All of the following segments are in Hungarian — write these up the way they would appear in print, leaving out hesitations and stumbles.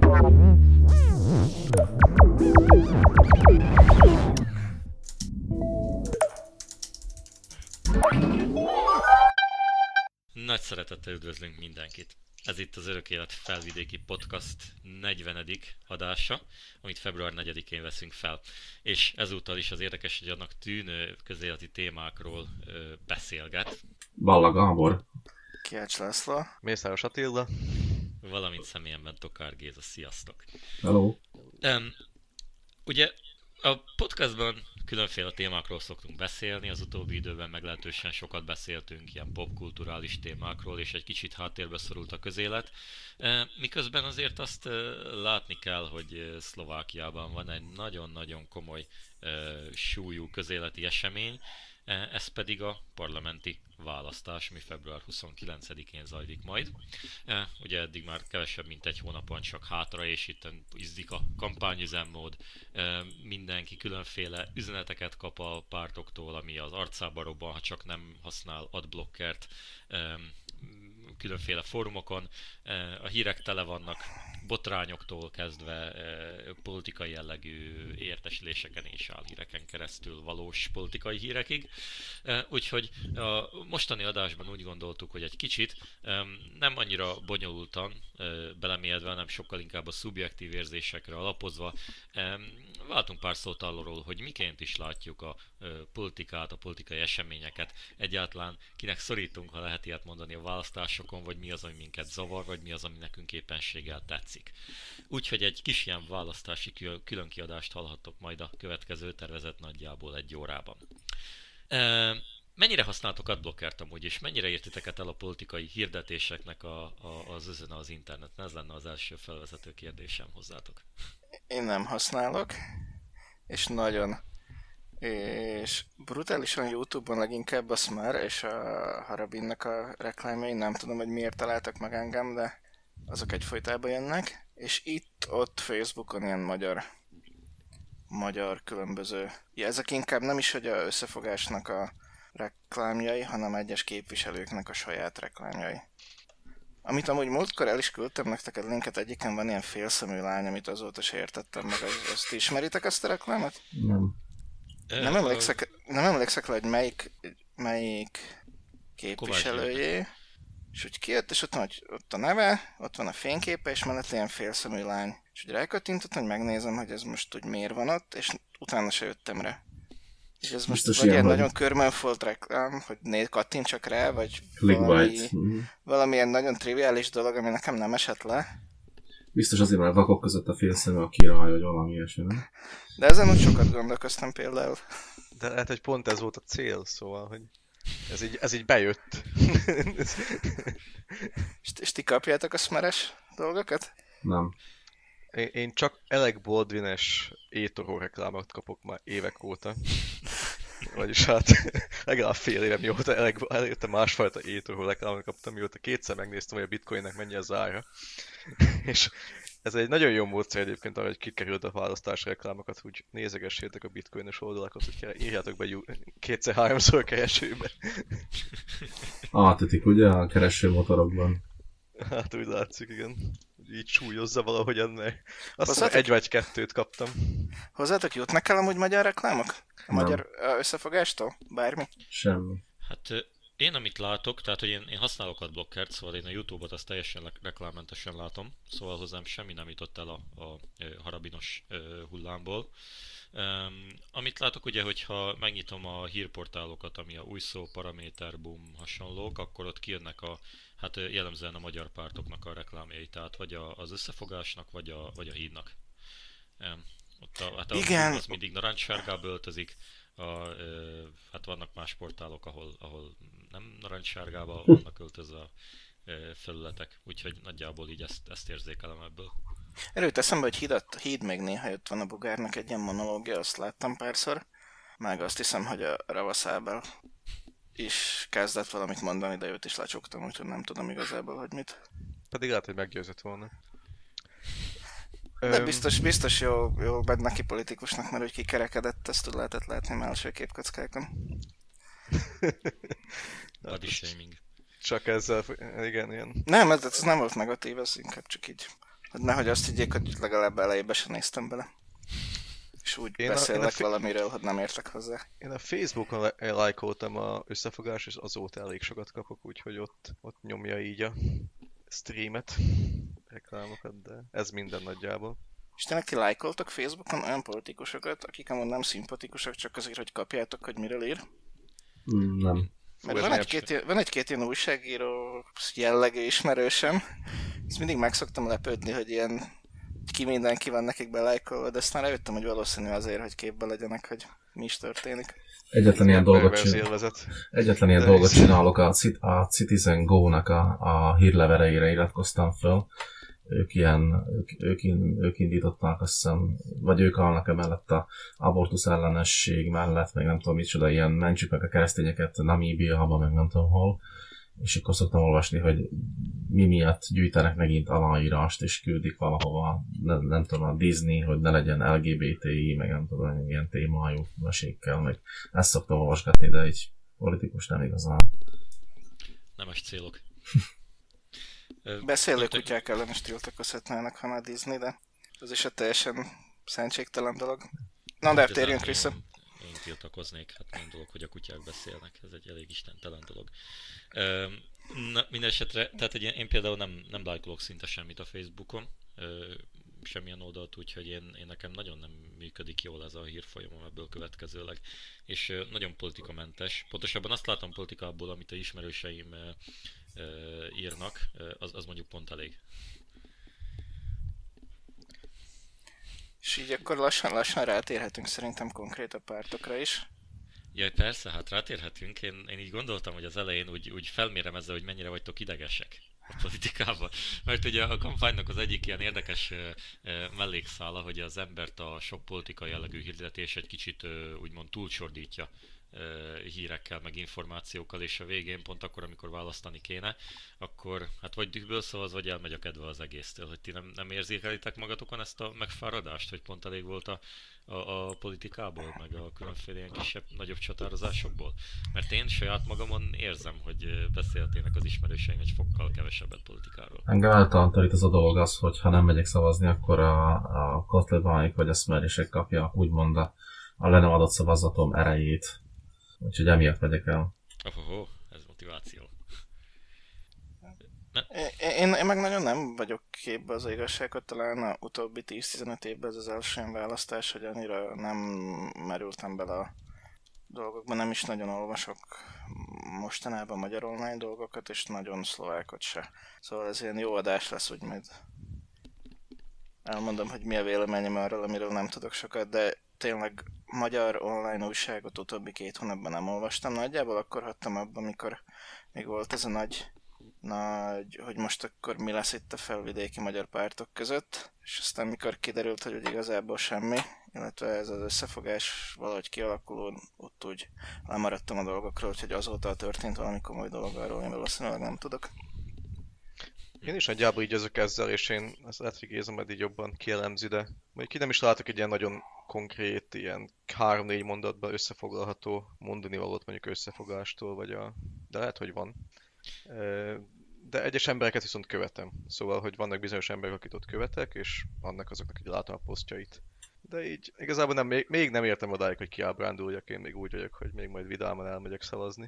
Nagy szeretettel üdvözlünk mindenkit! Ez itt az Örök Élet Felvidéki Podcast 40. adása, amit február 4-én veszünk fel. És ezúttal is az érdekes, hogy annak tűnő közéleti témákról beszélget. Balla Gábor. Kiács László. Mészáros Attila. Valamint személyemben Tokár Géza. Sziasztok! Hello. Ugye a podcastban különféle témákról szoktunk beszélni, az utóbbi időben meglehetősen sokat beszéltünk ilyen popkulturális témákról, és egy kicsit háttérbe szorult a közélet. Miközben azért azt látni kell, hogy Szlovákiában van egy nagyon-nagyon komoly súlyú közéleti esemény, ez pedig a parlamenti választás, ami február 29-én zajlik majd. Ugye eddig már kevesebb, mint egy hónapon csak hátra, és itt izzik a kampányüzemmód. Mindenki különféle üzeneteket kap a pártoktól, ami az arcába robban, ha csak nem használ adblockert, különféle fórumokon. A hírek tele vannak botrányoktól kezdve politikai jellegű értesüléseken és álhíreken keresztül valós politikai hírekig. Úgyhogy a mostani adásban úgy gondoltuk, hogy egy kicsit nem annyira bonyolultan belemélyedve, hanem sokkal inkább a szubjektív érzésekre alapozva váltunk pár szót arról, hogy miként is látjuk a politikát, a politikai eseményeket, egyáltalán kinek szorítunk, ha lehet ilyet mondani a választásokon, vagy mi az, ami minket zavar, vagy mi az, ami nekünk éppenséggel tetszik. Úgyhogy egy kis ilyen választási különkiadást hallhattok majd a következő tervezett nagyjából egy órában. Mennyire használtok adblockert amúgy, és mennyire értitek el a politikai hirdetéseknek az özöne az interneten? Ez lenne az első felvezető kérdésem hozzátok. Én nem használok, és brutálisan YouTube-on leginkább a Smer és a Harabinnak a reklámjai, nem tudom, hogy miért találtak meg engem, de azok egyfolytában jönnek, és itt-ott Facebookon ilyen magyar különböző. Ja, ezek inkább nem is, hogy a összefogásnak a reklámjai, hanem egyes képviselőknek a saját reklámjai. Amit amúgy múltkor el is küldtem nektek a linket, egyiken van ilyen félszemű lány, amit azóta se értettem meg. Azt ismeritek ezt a reklámot? Nem. Nem emlékszek le, hogy melyik képviselőjé. És úgy kijött, és ott a neve, ott van a fényképe, és mellett ilyen félszemű lány. És úgy rákattintottam, hogy megnézem, hogy ez most úgy miért van ott, és utána se jöttem rá. És ez most vagy ilyen nagyon körmönfolt reklám, hogy kattintsak rá, vagy valamilyen nagyon triviális dolog, ami nekem nem esett le. Biztos azért, mert vakok között a félszemű a kiraj, vagy valami ilyesmi, nem? De ezen úgy sokat gondolkoztam például. De lehet, hogy pont ez volt a cél, szóval, hogy ez így bejött. És ti kapjátok a smeres dolgokat? Nem. Én csak Alec Baldwin-es étoró reklámot kapok már évek óta. Vagyis hát legalább fél éve mióta előtte másfajta étoró reklámot kaptam, mióta kétszer megnéztem, hogy a bitcoinnek mennyi az ára. És ez egy nagyon jó módszer egyébként arra, hogy kikerüld a választási reklámokat, úgy nézegessétek a bitcoinos oldalakat, hogy írjátok be kétszer-háromszor keresőbe. Átetik ugye a keresőmotorokban. Hát úgy látszik, igen. Így súlyozza valahogyan, mert azt hiszem, egy vagy kettőt kaptam. Hozzátok jutnak el amúgy magyar reklámok? A magyar összefogástól? Bármi? Semmi. Hát én amit látok, tehát hogy én használok adblockert, szóval én a YouTube-ot azt teljesen reklámmentesen látom, szóval hozzám semmi nem jutott el a harabinos hullámból. Amit látok ugye, hogyha megnyitom a hírportálokat, ami a Új Szó, Paraméter, Boom, hasonlók, akkor ott kijönnek hát jellemzően a magyar pártoknak a reklámjai, tehát vagy az összefogásnak, vagy a hídnak. Ott igen. Az mindig narancssárgába öltözik, hát vannak más portálok, ahol nem narancssárgába vannak öltözve a felületek, úgyhogy nagyjából így ezt érzékelem ebből. Erőt eszembe, hogy híd még néha jött van a Bugárnak egy ilyen monológia, azt láttam párszor. Meg azt hiszem, hogy a Ravaszábel is kezdett valamit mondani, de őt is lecsuktam, úgyhogy nem tudom igazából, hogy mit. Pedig lehet, hogy meggyőzött volna. De biztos jó bed neki politikusnak, mert hogy kikerekedett, ezt lehetett látni már első képkockákon. Body shaming. Csak ezzel, igen, ilyen. Nem, ez nem volt negatív, ez inkább csak így Hát nehogy azt higgyék, hogy legalább elejébe sem néztem bele. És úgy beszélek valamiről, hogy nem értek hozzá. Én a Facebookon lájkoltam a összefogás, és azóta elég sokat kapok, úgyhogy ott nyomja így a streamet, reklámokat, de ez minden nagyjából. És tényleg ti lájkoltok Facebookon olyan politikusokat, akik amúgy nem szimpatikusak, csak azért, hogy kapjátok, hogy miről ír? Nem. Mert van egy-két ilyen újságíró jellegű ismerősöm, ezt mindig meg szoktam lepődni, hogy ilyen ki mindenki van nekik belájkolva, de aztán rájöttem, hogy valószínű azért, hogy képbe legyenek, hogy mi is történik. Egyetlen ilyen dolgot csinálok, a Citizen Go-nak a hírlevereire iratkoztam föl. Ők indították, azt hiszem, vagy ők állnak emellett a abortusz ellenesség mellett, meg nem tudom micsoda, ilyen mentsük meg a keresztényeket Namíbiában, meg nem tudom hol. És akkor szoktam olvasni, hogy mi miatt gyűjtenek megint aláírást, és küldik valahova, nem tudom, a Disney, hogy ne legyen LGBTI, meg nem tudom, ilyen témájú mesékkel, meg ezt szoktam olvasgatni, de egy politikus nem igazán. Nemes célok. Beszélő kutyák ellen is tiltakozhatnának, ha a Disney, de az is egy teljesen szentségtelen dolog. Na, de térjünk vissza. Én tiltakoznék, hát nem dolog, hogy a kutyák beszélnek, ez egy elég istentelen dolog. Minden esetre, tehát én például nem lájkolok szinte semmit a Facebookon, semmilyen oldalt, úgyhogy én nekem nagyon nem működik jól ez a hírfolyamom ebből következőleg, és nagyon politikamentes. Pontosabban azt látom politikából, amit a ismerőseim írnak, az mondjuk pont elég. És így akkor lassan rátérhetünk szerintem konkrét a pártokra is. Ja, persze, hát rátérhetünk. Én így gondoltam, hogy az elején úgy felmérem ezzel, hogy mennyire vagytok idegesek a politikában. Mert ugye a kampánynak az egyik ilyen érdekes mellékszála, hogy az embert a sok politikai jellegű hirdetés egy kicsit úgymond túlcsordítja hírekkel, meg információkkal, és a végén pont akkor, amikor választani kéne, akkor hát vagy dühből szavaz, vagy elmegy a kedve az egésztől, hogy ti nem érzékelitek magatokon ezt a megfáradást, hogy pont elég volt a politikából, meg a különféle ilyen kisebb, nagyobb csatározásokból. Mert én saját magamon érzem, hogy beszéltének az ismerőseim egy fokkal kevesebbet politikáról. Engem eltalantanít az a dolog az, hogy ha nem megyek szavazni, akkor a kotletbánik vagy a szmerések kapja úgymond a le nem adott szavazatom erejét. Úgyhogy emiatt megyek el. Ez motiváció. Én meg nagyon nem vagyok képbe az igazságot, talán a utóbbi 10-15 évben ez az első választás, hogy annyira nem merültem bele a dolgokba, nem is nagyon olvasok mostanában magyar online dolgokat, és nagyon szlovákot se. Szóval ez ilyen jó adás lesz, hogy majd elmondom, hogy mi a véleményem arról, amiről nem tudok sokat, de tényleg magyar online újságot utóbbi 2 hónapban nem olvastam. Nagyjából akkor hattam abban, amikor még volt ez a nagy, hogy most akkor mi lesz itt a felvidéki magyar pártok között, és aztán mikor kiderült, hogy igazából semmi, illetve ez az összefogás valahogy kialakuló, ott úgy lemaradtam a dolgokról, úgyhogy azóta történt valami komoly dolog, arról én valószínűleg nem tudok. Én is nagyjából így azok ezzel, és én ezt lehet, hogy Géza majd így jobban kielemzi, de mondjuk így nem is látok egy ilyen nagyon konkrét, ilyen 3-4 mondatban összefoglalható mondani valót mondjuk összefogástól, de lehet, hogy van. De egyes embereket viszont követem. Szóval, hogy vannak bizonyos emberek, akit ott követek, és vannak azoknak, így látom a posztjait. De így igazából még nem értem odáig, hogy kiábránduljak, én még úgy vagyok, hogy még majd vidáman elmegyek szavazni.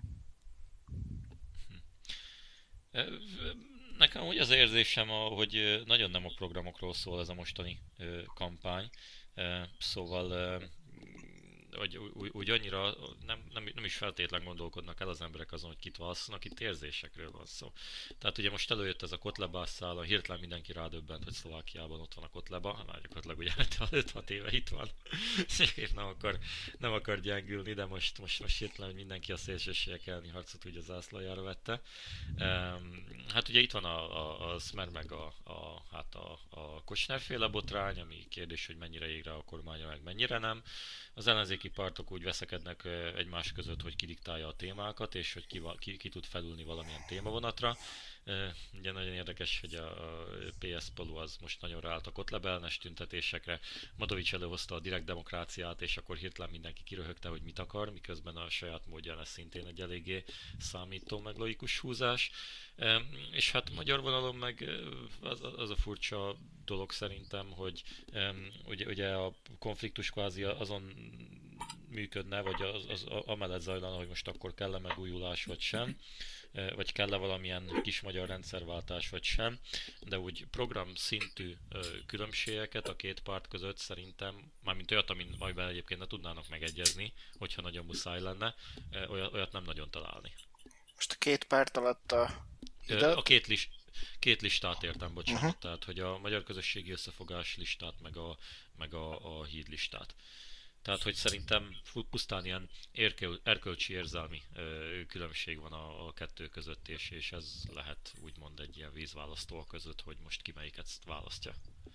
Nekem úgy az érzésem, hogy nagyon nem a programokról szól ez a mostani kampány, szóval hogy úgy annyira nem is feltétlen gondolkodnak el az emberek azon, hogy kit választanak, itt érzésekről van szó. Tehát ugye most előjött ez a Kotlebásszal, hirtelen mindenki rádöbbent, hogy Szlovákiában ott van a Kotleba, már gyakorlatilag ugye 5-6 éve itt van, és nem akar gyengülni, de most hirtelen, hogy mindenki a szélsőségek elleni harcot ugye zászlajára vette. Hát ugye itt van a Smer meg a Kocsner-féle botrány, ami kérdés, hogy mennyire ég rá a kormányra, meg mennyire nem. Az ellenzéki pártok úgy veszekednek egymás között, hogy kidiktálja a témákat, és hogy ki tud felülni valamilyen témavonatra. Ugye nagyon érdekes, hogy a PS Palu az most nagyon ráállt a Kotlebelnes tüntetésekre. Madovics előhozta a direkt demokráciát, és akkor hirtelen mindenki kiröhögte, hogy mit akar, miközben a saját módján ez szintén egy eléggé számító, meg logikus húzás. És hát magyar vonalon meg az a furcsa dolog szerintem, hogy ugye a konfliktus kvázi azon működne, vagy az amellett zajlana, hogy most akkor kell-e megújulás vagy sem, vagy kell-e valamilyen kis magyar rendszerváltás vagy sem, de úgy program szintű különbségeket a két párt között szerintem, mármint olyat, amiben egyébként ne tudnának megegyezni, hogyha nagyon muszáj lenne, olyat nem nagyon találni. Most a két párt alatt a két listát értem, bocsánat, tehát hogy a Magyar Közösségi Összefogás listát, meg a Híd listát. Tehát, hogy szerintem pusztán ilyen erkölcsi érzelmi különbség van a kettő között, és ez lehet úgymond egy ilyen vízválasztó között, hogy most ki melyiket választja.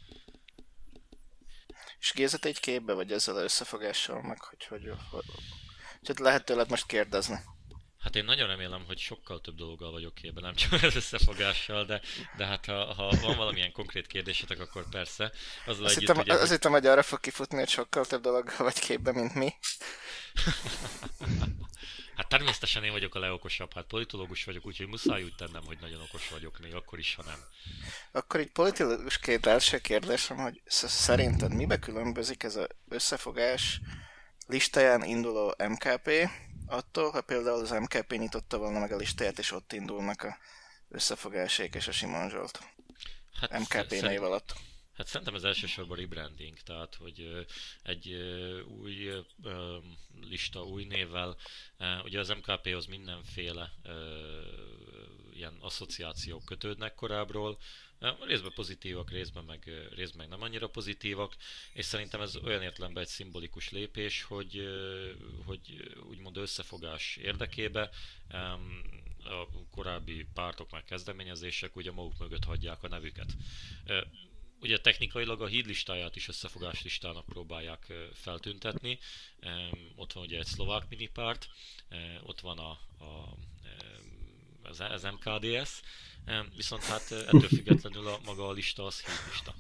És Géza, te egy képbe vagy ezzel az összefogással, meg hogy lehet tőled most kérdezni? Hát én nagyon remélem, hogy sokkal több dologgal vagyok képben, nem csak az összefogással, de hát ha van valamilyen konkrét kérdésetek, akkor persze. Azt hittem, hogy arra fog kifutni, hogy sokkal több dologgal vagy képben, mint mi. Hát természetesen én vagyok a legokosabb, hát politológus vagyok, úgyhogy muszáj úgy tennem, hogy nagyon okos vagyok, még akkor is, ha nem. Akkor így politológusként első kérdésem, hogy szerinted mibe különbözik ez az összefogás listáján induló MKP attól, ha például az MKP nyitotta volna meg a listáját, és ott indulnak a összefogásék és a Simon Zsolt MKP név alatt? Hát szerintem ez elsősorban rebranding, tehát hogy egy új lista, új névvel, ugye az MKP-hoz mindenféle ilyen asszociációk kötődnek korábbról, részben pozitívak, részben meg nem annyira pozitívak, és szerintem ez olyan értelemben egy szimbolikus lépés, hogy úgymond összefogás érdekébe a korábbi pártok meg kezdeményezések ugye maguk mögött hagyják a nevüket. Ugye technikailag a Híd listáját is összefogás listának próbálják feltüntetni. Ott van ugye egy szlovák minipárt, ott van az MKDS, viszont hát ettől függetlenül maga a lista az Híd lista.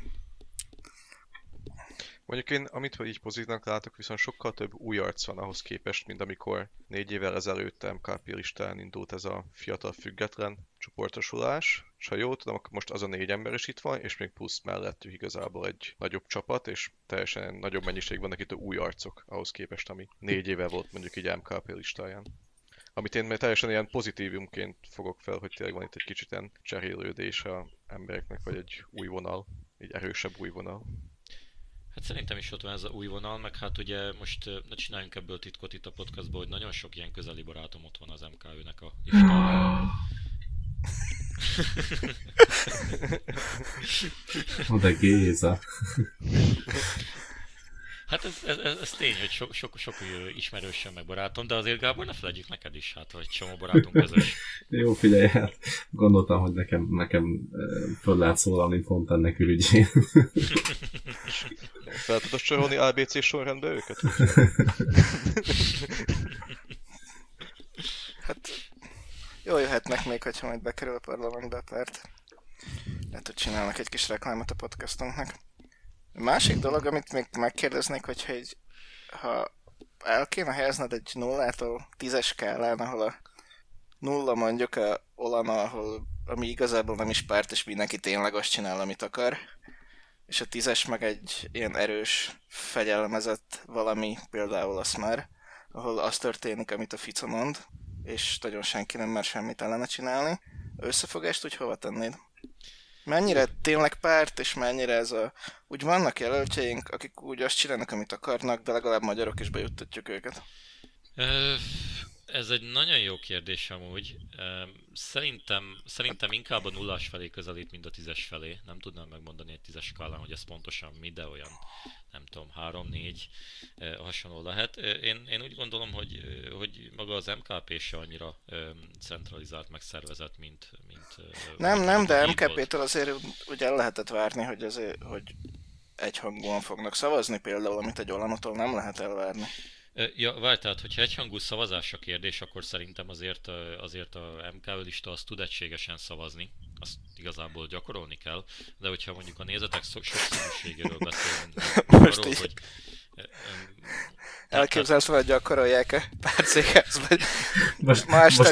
Mondjuk én, amit így pozitívnak látok, viszont sokkal több új arc van ahhoz képest, mint amikor 4 évvel ezelőtt MKP listán indult ez a fiatal független csoportosulás. És ha jól tudom, akkor most az a 4 ember is itt van, és még plusz mellettük igazából egy nagyobb csapat, és teljesen nagyobb mennyiség vannak itt a új arcok ahhoz képest, ami 4 éve volt mondjuk így MKP listáján. Amit én teljesen ilyen pozitívumként fogok fel, hogy tényleg van itt egy kicsit ilyen cserélődés az embereknek, vagy egy új vonal, egy erősebb új vonal. Hát szerintem is ott van ez a új vonal, meg hát ugye most ne csináljunk ebből titkot itt a podcastban, hogy nagyon sok ilyen közeli barátom ott van az MKÖ-nek a listáján. De Géza. Hát ez tény, hogy sok ismerősöm meg barátom, de azért Gábor, ne felejtjük neked is, hát, hogy csomó barátunk közös. Jó, figyelj, hát gondoltam, hogy nekem föl lehet szólalni Fontaine ürügyén. Fel tudod sorolni ABC sorrendbe őket? Hát jól jöhetnek még, hogyha majd bekerül a parlamentbe a párt. Lehet, hogy csinálnak egy kis reklámot a podcastunknak. A másik dolog, amit még megkérdeznék, hogyha ha el kéne helyezned egy 0-tól 10-es skálán, ahol a 0 mondjuk a Olana, ami igazából nem is párt, és mindenki tényleg azt csinál, amit akar, és a 10-es meg egy ilyen erős, fegyelmezett valami, például a Smar, ahol az történik, amit a Fico mond, és nagyon senki nem mer semmit ellene csinálni. Összefogást úgy hova tennéd? Mennyire tényleg párt, és mennyire ez úgy vannak jelöltjeink, akik úgy azt csinálnak, amit akarnak, de legalább magyarok is bejuttatjuk őket? Ez egy nagyon jó kérdés amúgy. Szerintem inkább a 0-as felé közelít, mint a 10-es felé. Nem tudnám megmondani egy 10-es skálán, hogy ez pontosan mi, de olyan, nem tudom, 3-4 hasonló lehet. Én úgy gondolom, hogy maga az MKP se annyira centralizált, megszervezett, mint nem, de MKP-től azért ugye el lehetett várni, hogy egyhangúan fognak szavazni például, amit egy Olanotól nem lehet elvárni. Ja, várj, tehát hogyha egyhangú szavazás a kérdés, akkor szerintem azért a MKÖ lista az tud egységesen szavazni, azt igazából gyakorolni kell, de hogyha mondjuk a nézetek sokszínűségéről beszélünk, arról, hogy... Elképzelsz, hogy gyakorolják a párcéghez, vagy ma este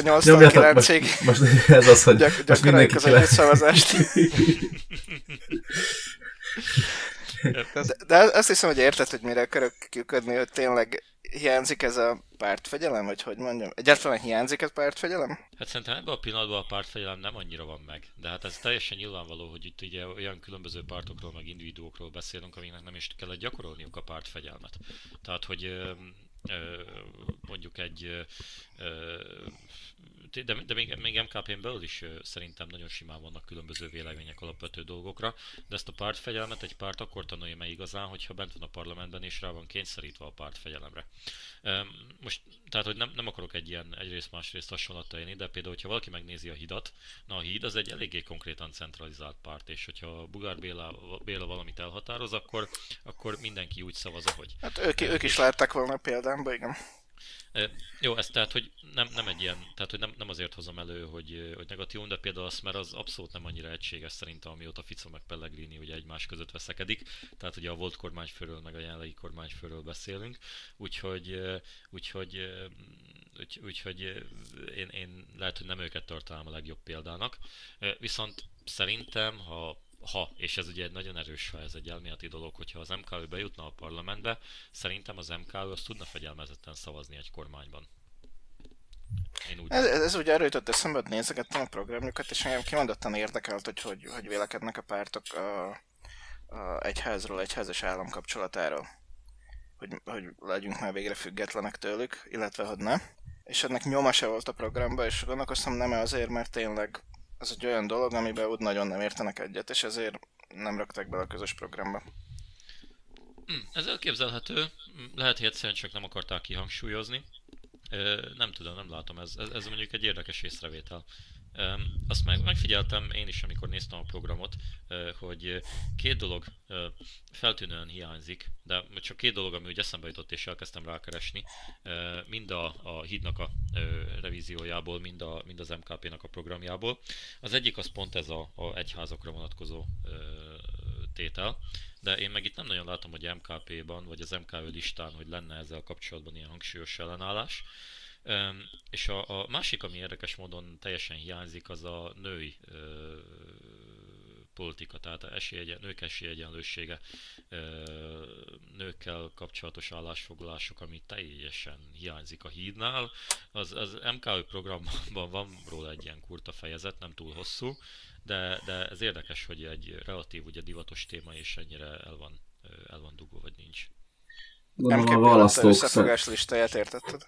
8-9-ig most ez az, hogy gyakoroljuk az együtt szavazást. De azt hiszem, hogy érted, hogy mire akarok kiukadni, hogy tényleg hiányzik ez a pártfegyelem, vagy hogy mondjam? Egyáltalán hiányzik ez a pártfegyelem? Hát szerintem ebben a pillanatban a pártfegyelem nem annyira van meg, de hát ez teljesen nyilvánvaló, hogy itt ugye olyan különböző pártokról, meg individuókról beszélünk, amiknek nem is kellett gyakorolniuk a pártfegyelmet. Tehát, hogy mondjuk egy de még MKP-n belül is szerintem nagyon simán vannak különböző vélemények alapvető dolgokra, de ezt a pártfegyelmet egy párt akkor tanulja meg igazán, hogyha bent van a parlamentben és rá van kényszerítve a pártfegyelemre. Most, tehát, hogy nem akarok egy ilyen egyrészt-másrészt hasonlattal élni, de például, hogyha valaki megnézi a hidat, na a híd az egy eléggé konkrétan centralizált párt, és hogyha Bugár Béla valamit elhatároz, akkor mindenki úgy szavaz, ahogy. Hát ők is látták volna példámba, igen. Jó, ez tehát, hogy nem egy ilyen, tehát, hogy nem azért hozom elő, hogy negatívum, de például a Smer az abszolút nem annyira egységes szerintem, amióta Fico meg Pellegrini ugye egymás között veszekedik, tehát ugye a volt kormányfőről meg a jelenlegi kormányfőről beszélünk, úgyhogy én lehet, hogy nem őket tartanám a legjobb példának, viszont szerintem, és ez ugye egy nagyon erős, ha ez egy elméleti dolog, hogyha az MKÖ bejutna a parlamentbe, szerintem az MKÖ az tudna fegyelmezetten szavazni egy kormányban. Ez ugye erről jutott eszembe, hogy nézegettem a programjukat, és engem kimondottan érdekelt, hogy vélekednek a pártok a egyházról, egyházas állam kapcsolatáról. Hogy legyünk már végre függetlenek tőlük, illetve hogy ne. És ennek nyoma se volt a programban, és gondolkoztam, nem azért, mert tényleg ez egy olyan dolog, amiben úgy nagyon nem értenek egyet, és ezért nem rakták bele a közös programba. Ez elképzelhető, lehet, hogy egyszerűen csak nem akarták kihangsúlyozni. Nem tudom, nem látom, ez mondjuk egy érdekes észrevétel. Azt megfigyeltem én is, amikor néztem a programot, hogy két dolog feltűnően hiányzik, de csak két dolog, ami úgy eszembe jutott és elkezdtem rákeresni, mind a hídnak a revíziójából, mind az MKP-nak a programjából. Az egyik az pont ez a egyházakra vonatkozó tétel, de én meg itt nem nagyon látom, hogy MKP-ban, vagy az MKÖ listán, hogy lenne ezzel kapcsolatban ilyen hangsúlyos ellenállás. És a másik, ami érdekes módon teljesen hiányzik, az a női politika, tehát nők esélyegyenlősége, nőkkel kapcsolatos állásfoglalások, ami teljesen hiányzik a hídnál. Az MKÖ programban van róla egy ilyen kurta fejezet, nem túl hosszú, de ez érdekes, hogy egy relatív ugye divatos téma és ennyire el van dugó, vagy nincs. MKP a összefogás listáját értetted?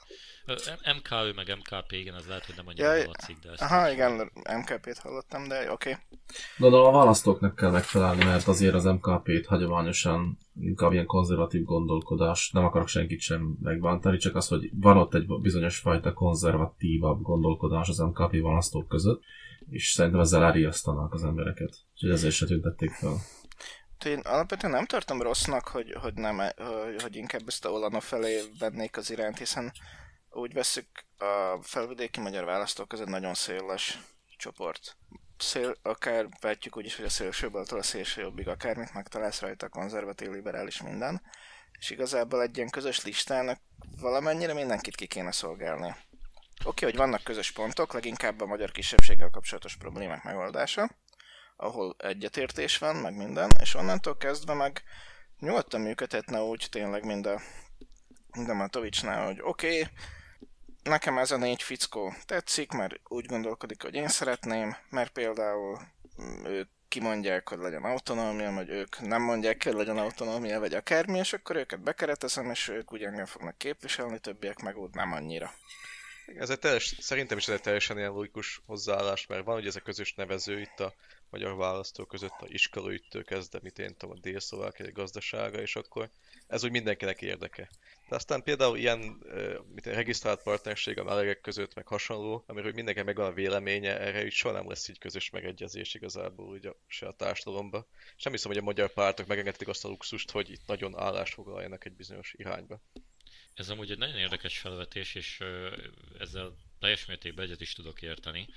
MKÖ meg MKP, igen, ez lehet, hogy nem annyira hallatszik, de ezt... Aha, igen, MKP-t hallottam, de oké. Okay. Gondolom a választóknak kell megfelelni, mert azért az MKP-t hagyományosan inkább ilyen konzervatív gondolkodás, nem akarok senkit sem megbántani, csak az, hogy van ott egy bizonyos fajta konzervatívabb gondolkodás az MKP választók között, és szerintem ezzel elriasztanak az embereket, úgyhogy ezért se tüntették fel. Én alapvetően nem tartom rossznak, hogy inkább ezt a Olano felé vennék az iránt, hiszen úgy veszük, a felvidéki magyar választók között nagyon széles csoport. Akár vetjük úgy is, hogy a szélsőbaltól a szélső jobbig akármit megtalálsz rajta, konzervatív, liberális, minden. És igazából egy ilyen közös listának valamennyire mindenkit ki kéne szolgálni. Oké, hogy vannak közös pontok, leginkább a magyar kisebbséggel kapcsolatos problémák megoldása, ahol egyetértés van, meg minden, és onnantól kezdve meg nyugodtan működhetne úgy tényleg mind a Matovicsnál, hogy oké, nekem ez a 4 fickó tetszik, mert úgy gondolkodik, hogy én szeretném, mert például ők kimondják, hogy legyen autonómia, vagy ők nem mondják, hogy legyen autonómia, vagy akármi, és akkor őket bekeretezem, és ők úgy engem fognak képviselni, többiek meg úgy nem annyira. Szerintem is ez egy teljesen ilyen logikus hozzáállás, mert van ugye ez a közös nevező itt a magyar választók között, a Iskalaüttől kezdve, mit én tudom, a Dél-Szlovákia gazdasága, és akkor ez úgy mindenkinek érdeke. De aztán például ilyen regisztrált partnerség a melegek között, meg hasonló, amiről mindenki megvan a véleménye, erre úgy soha nem lesz így közös megegyezés igazából ugye se a társadalomba. És nem hiszem, hogy a magyar pártok megengedték azt a luxust, hogy itt nagyon állást foglaljanak egy bizonyos irányba. Ez amúgy egy nagyon érdekes felvetés, és ezzel teljes mértékben egyet is tudok érteni.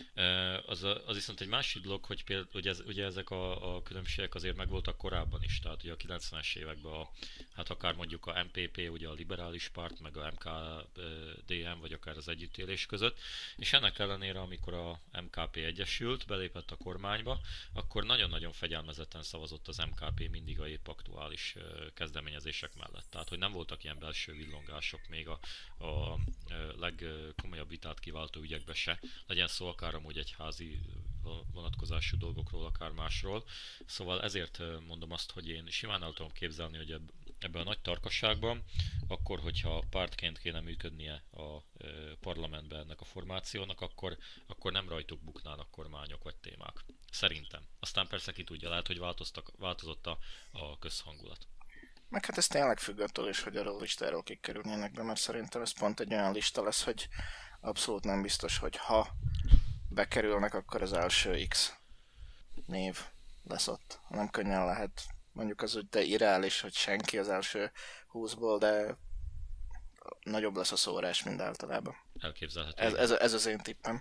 Az viszont egy másik dolog, hogy például ugye ezek a különbségek azért megvoltak korábban is, tehát ugye a 90-es években hát akár mondjuk a MPP, ugye a liberális párt, meg a MKDM, vagy akár az együttélés között, és ennek ellenére, amikor a MKP egyesült, belépett a kormányba, akkor nagyon-nagyon fegyelmezetten szavazott az MKP mindig a épp aktuális kezdeményezések mellett. Tehát, hogy nem voltak ilyen belső villongások még a legkomolyabb vitát kiváltó ügyekbe se, legyen szó akár amúgy egyházi vonatkozású dolgokról, akár másról. Szóval ezért mondom azt, hogy én simán el tudom képzelni, hogy ebben a nagy tarkasságban, akkor, hogyha pártként kéne működnie a parlamentben ennek a formációnak, akkor nem rajtuk buknának kormányok vagy témák. Szerintem. Aztán persze ki tudja, lehet, hogy változott a közhangulat. Meg hát ez tényleg függ attól is, hogy arról a listáról kik kerülnének be, mert szerintem ez pont egy olyan lista lesz, hogy abszolút nem biztos, hogy ha bekerülnek, akkor az első X név lesz ott. Nem könnyen lehet. Mondjuk az, hogy de irreális, hogy senki az első 20-ból, de nagyobb lesz a szórás, mint általában. Elképzelhető. Ez az én tippem.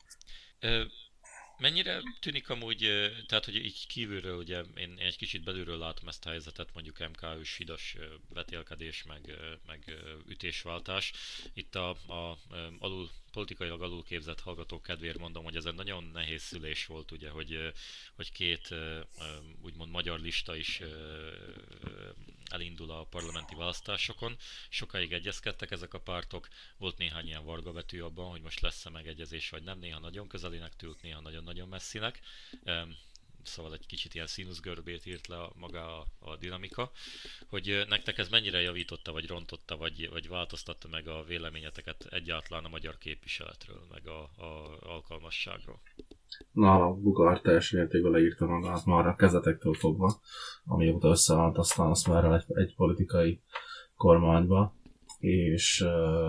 Mennyire tűnik amúgy, tehát hogy így kívülről, ugye én egy kicsit belülről látom ezt a helyzetet, mondjuk MKÜ-s hidas vetélkedés, meg ütésváltás. Itt a politikailag alulképzett hallgatók kedvéért mondom, hogy ez egy nagyon nehéz szülés volt, ugye, hogy két úgymond magyar lista is elindul a parlamenti választásokon. Sokáig egyezkedtek ezek a pártok, volt néhány ilyen varga betű abban, hogy most lesz-e megegyezés vagy nem, néha nagyon közelinek tűnt, néha nagyon-nagyon messzinek. Szóval egy kicsit ilyen színuszgörbét írt le maga a dinamika, hogy nektek ez mennyire javította, vagy rontotta, vagy változtatta meg a véleményeteket egyáltalán a magyar képviseletről, meg a alkalmasságról? Na, a Bugár teljes mértékben leírta magát már a kezdetektől fogva, amióta összeállt aztán azt már egy politikai kormányba, és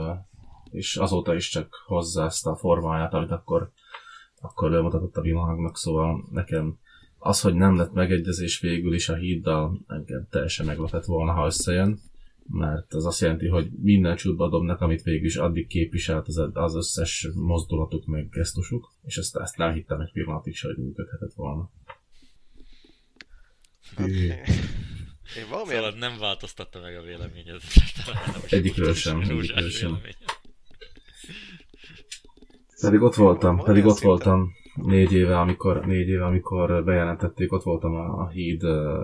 azóta is csak hozzá ezt a formáját, amit akkor bemutatott a világnak, szóval nekem az, hogy nem lett megegyezés végül is a Híddal, engem teljesen meglepett volna, ha összejön, mert az azt jelenti, hogy minden csútba dobnak, amit végül is addig képviselt az összes mozdulatuk, meg gesztusuk, és ezt nem hittem egy pillanatig se, hogy működhetett volna. Én valamilyen... Szóval nem változtatta meg a véleményed. Egyikről sem. Pedig ott voltam 4 éve, amikor bejelentették, ott voltam a Híd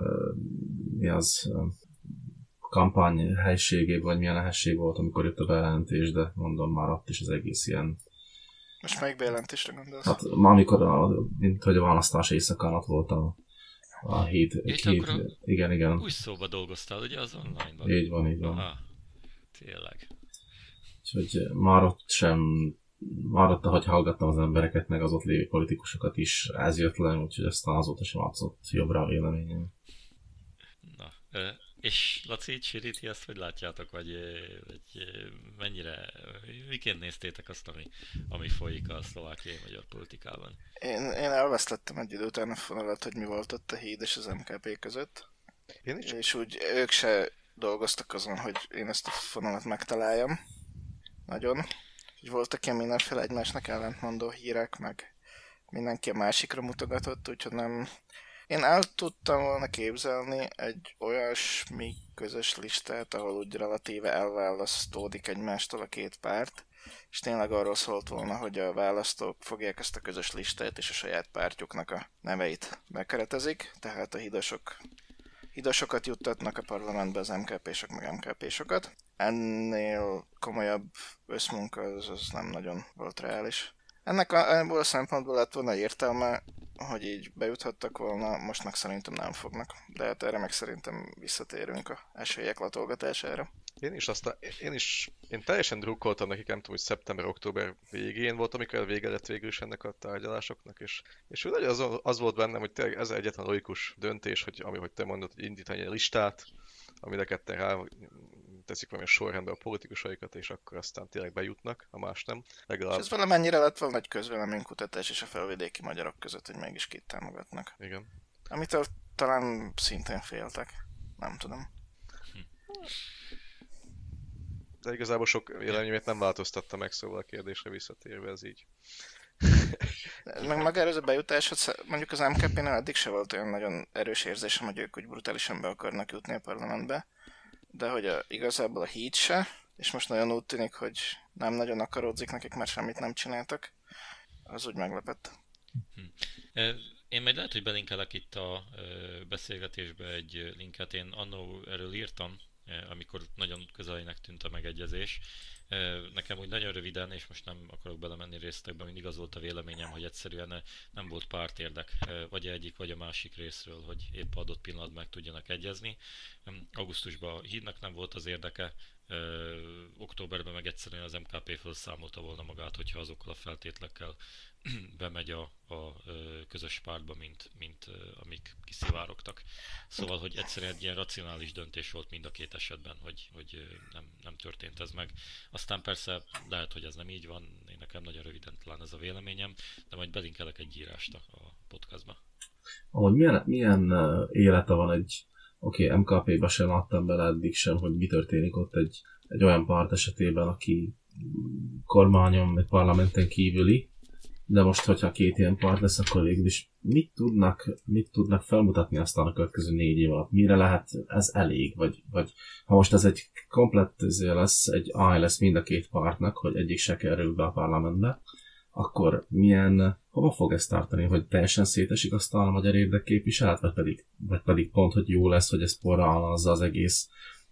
kampány helységében, vagy milyen helység volt, amikor jött a bejelentés, de mondom már ott is az egész ilyen... Most melyik bejelentésre gondolsz? Hát amikor mint hogy a választás éjszakán ott voltam a Híd. Igen. Új szóba dolgoztál, ugye az online-ban? Így van. Aha, tényleg. Úgyhogy már ott, ahogy hallgattam az embereket, meg az ott lévő politikusokat is, ez jött le, úgyhogy aztán azóta sem változott jobbra a véleményem. Na, és Laci, Csiriti, ezt hogy látjátok, vagy mennyire, miként néztétek azt, ami folyik a szlovákiai magyar politikában? Én elvesztettem egy idő után a fonalat, hogy mi volt ott a Híd és az MKP között. És úgy ők se dolgoztak azon, hogy én ezt a fonalat megtaláljam. Nagyon. Úgy voltak ilyen mindenféle egymásnak ellentmondó hírek, meg mindenki a másikra mutogatott, úgyhogy nem... Én el tudtam volna képzelni egy olyasmi közös listát, ahol úgy relatíve elválasztódik egymástól a két párt, és tényleg arról szólt volna, hogy a választók fogják ezt a közös listát és a saját pártjuknak a neveit bekeretezik, tehát a hidasokat juttatnak a parlamentbe, az MKP-sok meg MKP-sokat. Ennél komolyabb összmunka az nem nagyon volt reális. Ebből a szempontból lett volna értelme, hogy így bejuthattak volna, most meg szerintem nem fognak. De hát erre meg szerintem visszatérünk a esélyek latolgatására. Én teljesen drukkoltam nekik, nem tudom, hogy szeptember-október végén volt, amikor vége lett végül is ennek a tárgyalásoknak, és úgy az volt bennem, hogy tényleg ez egyetlen logikus döntés, hogy te mondod, hogy indítani egy listát, amire ketten rá teszik valamilyen sorrendbe a politikusaikat, és akkor aztán tényleg bejutnak, a más nem. Legalább... És ez valamennyire lett volna egy közvéleménykutatás és a felvidéki magyarok között, hogy mégis kit támogatnak. Igen. Amitől talán szintén féltek. Nem tudom. De igazából sok véleményét nem változtatta meg, szóval a kérdésre visszatérve ez így. Meg magára ez a bejutás, mondjuk az MKP-nál addig se volt olyan nagyon erős érzésem, hogy ők úgy brutálisan be akarnak jutni a parlamentbe, de hogy igazából a híd se, és most nagyon úgy tűnik, hogy nem nagyon akaródzik nekik, mert semmit nem csináltak, az úgy meglepett. Én majd lehet, hogy belinkelek itt a beszélgetésbe egy linket. Én annó erről írtam, amikor nagyon közelének tűnt a megegyezés. Nekem úgy nagyon röviden, és most nem akarok belemenni részletekbe, mindig az volt a véleményem, hogy egyszerűen nem volt pártérdek, vagy egyik, vagy a másik részről, hogy épp adott pillanatban meg tudjanak egyezni. Augusztusban a hídnak nem volt az érdeke, októberben meg egyszerűen az MKP felszámolta volna magát, hogyha azokkal a feltételekkel bemegy a közös pártba, mint amik kiszivárogtak. Szóval, hogy egyszerűen egy ilyen racionális döntés volt mind a két esetben, hogy nem történt ez meg. Aztán persze lehet, hogy ez nem így van, én nekem nagyon röviden talán ez a véleményem, de majd belinkelek egy írást a podcastba. Ahogy milyen élete van egy MKP-ba sem adtam bele eddig sem, hogy mi történik ott egy olyan párt esetében, aki kormányon, vagy parlamenten kívüli, de most, hogyha két ilyen párt lesz, akkor végül is mit tudnak felmutatni aztán a következő 4 év alatt? Mire lehet ez elég? Vagy ha most ez egy komplett egy áj lesz mind a két pártnak, hogy egyik se kerül be a parlamentbe, akkor hova fog ezt tartani, hogy teljesen szétesik aztán a magyar érdekképviselet, vagy pedig pont, hogy jó lesz, hogy ez porralazza az egész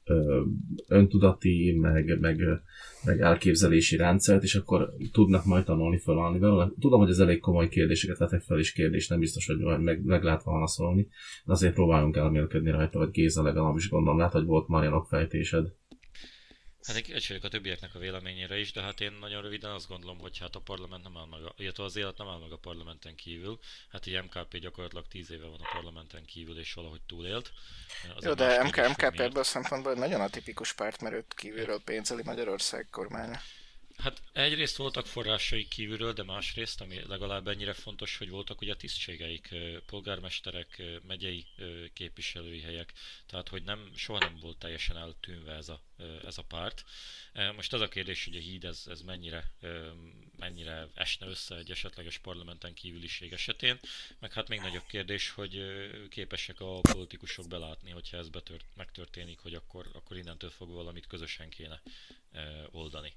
öntudati, meg elképzelési rendszert, és akkor tudnak majd tanulni, felállni belőle. Tudom, hogy ez elég komoly kérdéseket vetek fel, és kérdés nem biztos, hogy meg lehet válaszolni, de azért próbáljunk elmélkedni rajta, vagy Géza legalábbis gondolom, lehet, hogy volt már ilyen fejtésed. Hát én kíváncsi vagyok a többieknek a véleményére is, de hát én nagyon röviden azt gondolom, hogy hát a parlament nem áll meg, illetve az élet nem áll meg a parlamenten kívül. Hát így MKP gyakorlatilag 10 éve van a parlamenten kívül, és valahogy túlélt. Jó, de MKP ebből a szempontból nagyon atipikus párt, mert őt kívülről pénzeli Magyarország kormánya. Hát egyrészt voltak forrásai kívülről, de másrészt, ami legalább ennyire fontos, hogy voltak ugye tisztségeik, polgármesterek, megyei képviselői helyek, tehát hogy soha nem volt teljesen eltűnve ez a párt. Most az a kérdés, hogy a híd ez mennyire esne össze egy esetleges parlamenten kívüliség esetén, meg hát még nagyobb kérdés, hogy képesek a politikusok belátni, hogyha ez megtörténik, hogy akkor innentől fogva valamit közösen kéne oldani.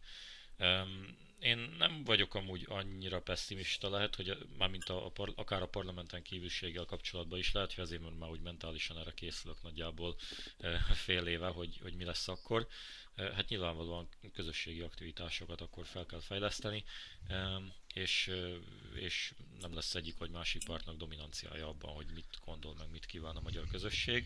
Én nem vagyok amúgy annyira pessimista, lehet, hogy mármint akár a parlamenten kívülséggel kapcsolatban is lehet, hogy azért már úgy mentálisan erre készülök nagyjából fél éve, hogy mi lesz akkor. Hát nyilvánvalóan közösségi aktivitásokat akkor fel kell fejleszteni, és nem lesz egyik vagy másik pártnak dominanciája abban, hogy mit gondol meg, mit kíván a magyar közösség.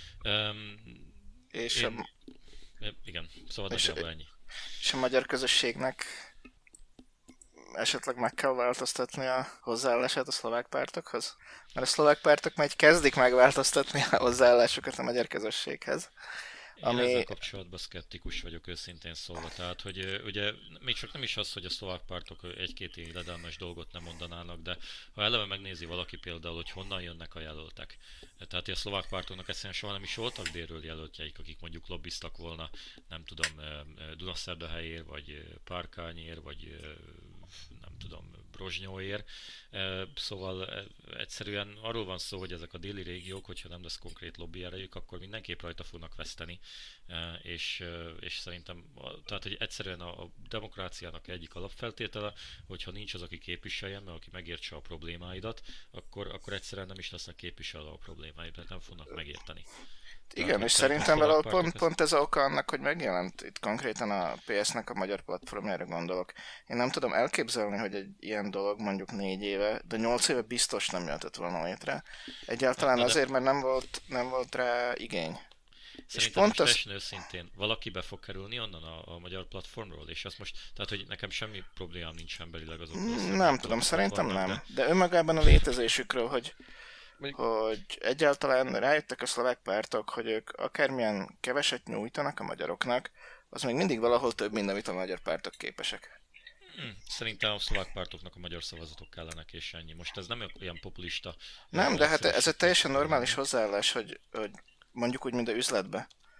Igen, szóval nagyjából ennyi. És a magyar közösségnek esetleg meg kell változtatni a hozzáállását a szlovák pártokhoz? Mert a szlovák pártok majd kezdik megváltoztatni a hozzáállásukat a magyar közösséghez. Én ezzel kapcsolatban szkeptikus vagyok őszintén szólva. Tehát, hogy ugye még csak nem is az, hogy a szlovák pártok egy-két illedelmes dolgot nem mondanának, de ha eleve megnézi valaki például, hogy honnan jönnek a jelöltek. Tehát a szlovák pártoknak egyszerűen soha nem is voltak délről jelöltjeik, akik mondjuk lobbiztak volna, nem tudom, Dunaszerdahelyért, vagy Párkányért, vagy nem tudom, Brozsnyóért. Szóval egyszerűen arról van szó, hogy ezek a déli régiók, hogyha nem lesz konkrét lobby erejük, akkor mindenképp rajta fognak veszteni. És szerintem, tehát hogy egyszerűen a demokráciának egyik alapfeltétele, hogyha nincs az, aki képviseljen, mert aki megértse a problémáidat, akkor egyszerűen nem is lesznek képviselő a problémáid, mert nem fognak megérteni. Igen, és szerintem valahol pont ez a oka annak, hogy megjelent itt konkrétan a PS-nek a magyar platformjára gondolok. Én nem tudom elképzelni, hogy egy ilyen dolog mondjuk 4 éve, de 8 éve biztos nem jöhetett volna létre. Egyáltalán azért, mert nem volt rá igény. Szerintem most teljesen őszintén valaki be fog kerülni onnan a magyar platformról, és azt most, tehát hogy nekem semmi problémám nincs emberileg azokkal. Nem tudom, szerintem nem. De önmagában a létezésükről, hogy egyáltalán rájöttek a szlovák pártok, hogy ők akármilyen keveset nyújtanak a magyaroknak, az még mindig valahol több, mint amit a magyar pártok képesek. Szerintem a szlovák pártoknak a magyar szavazatok kellenek, és ennyi. Most ez nem olyan populista. Nem, de hát ez egy teljesen normális hozzáállás, hogy mondjuk úgy, mint a üzletbe.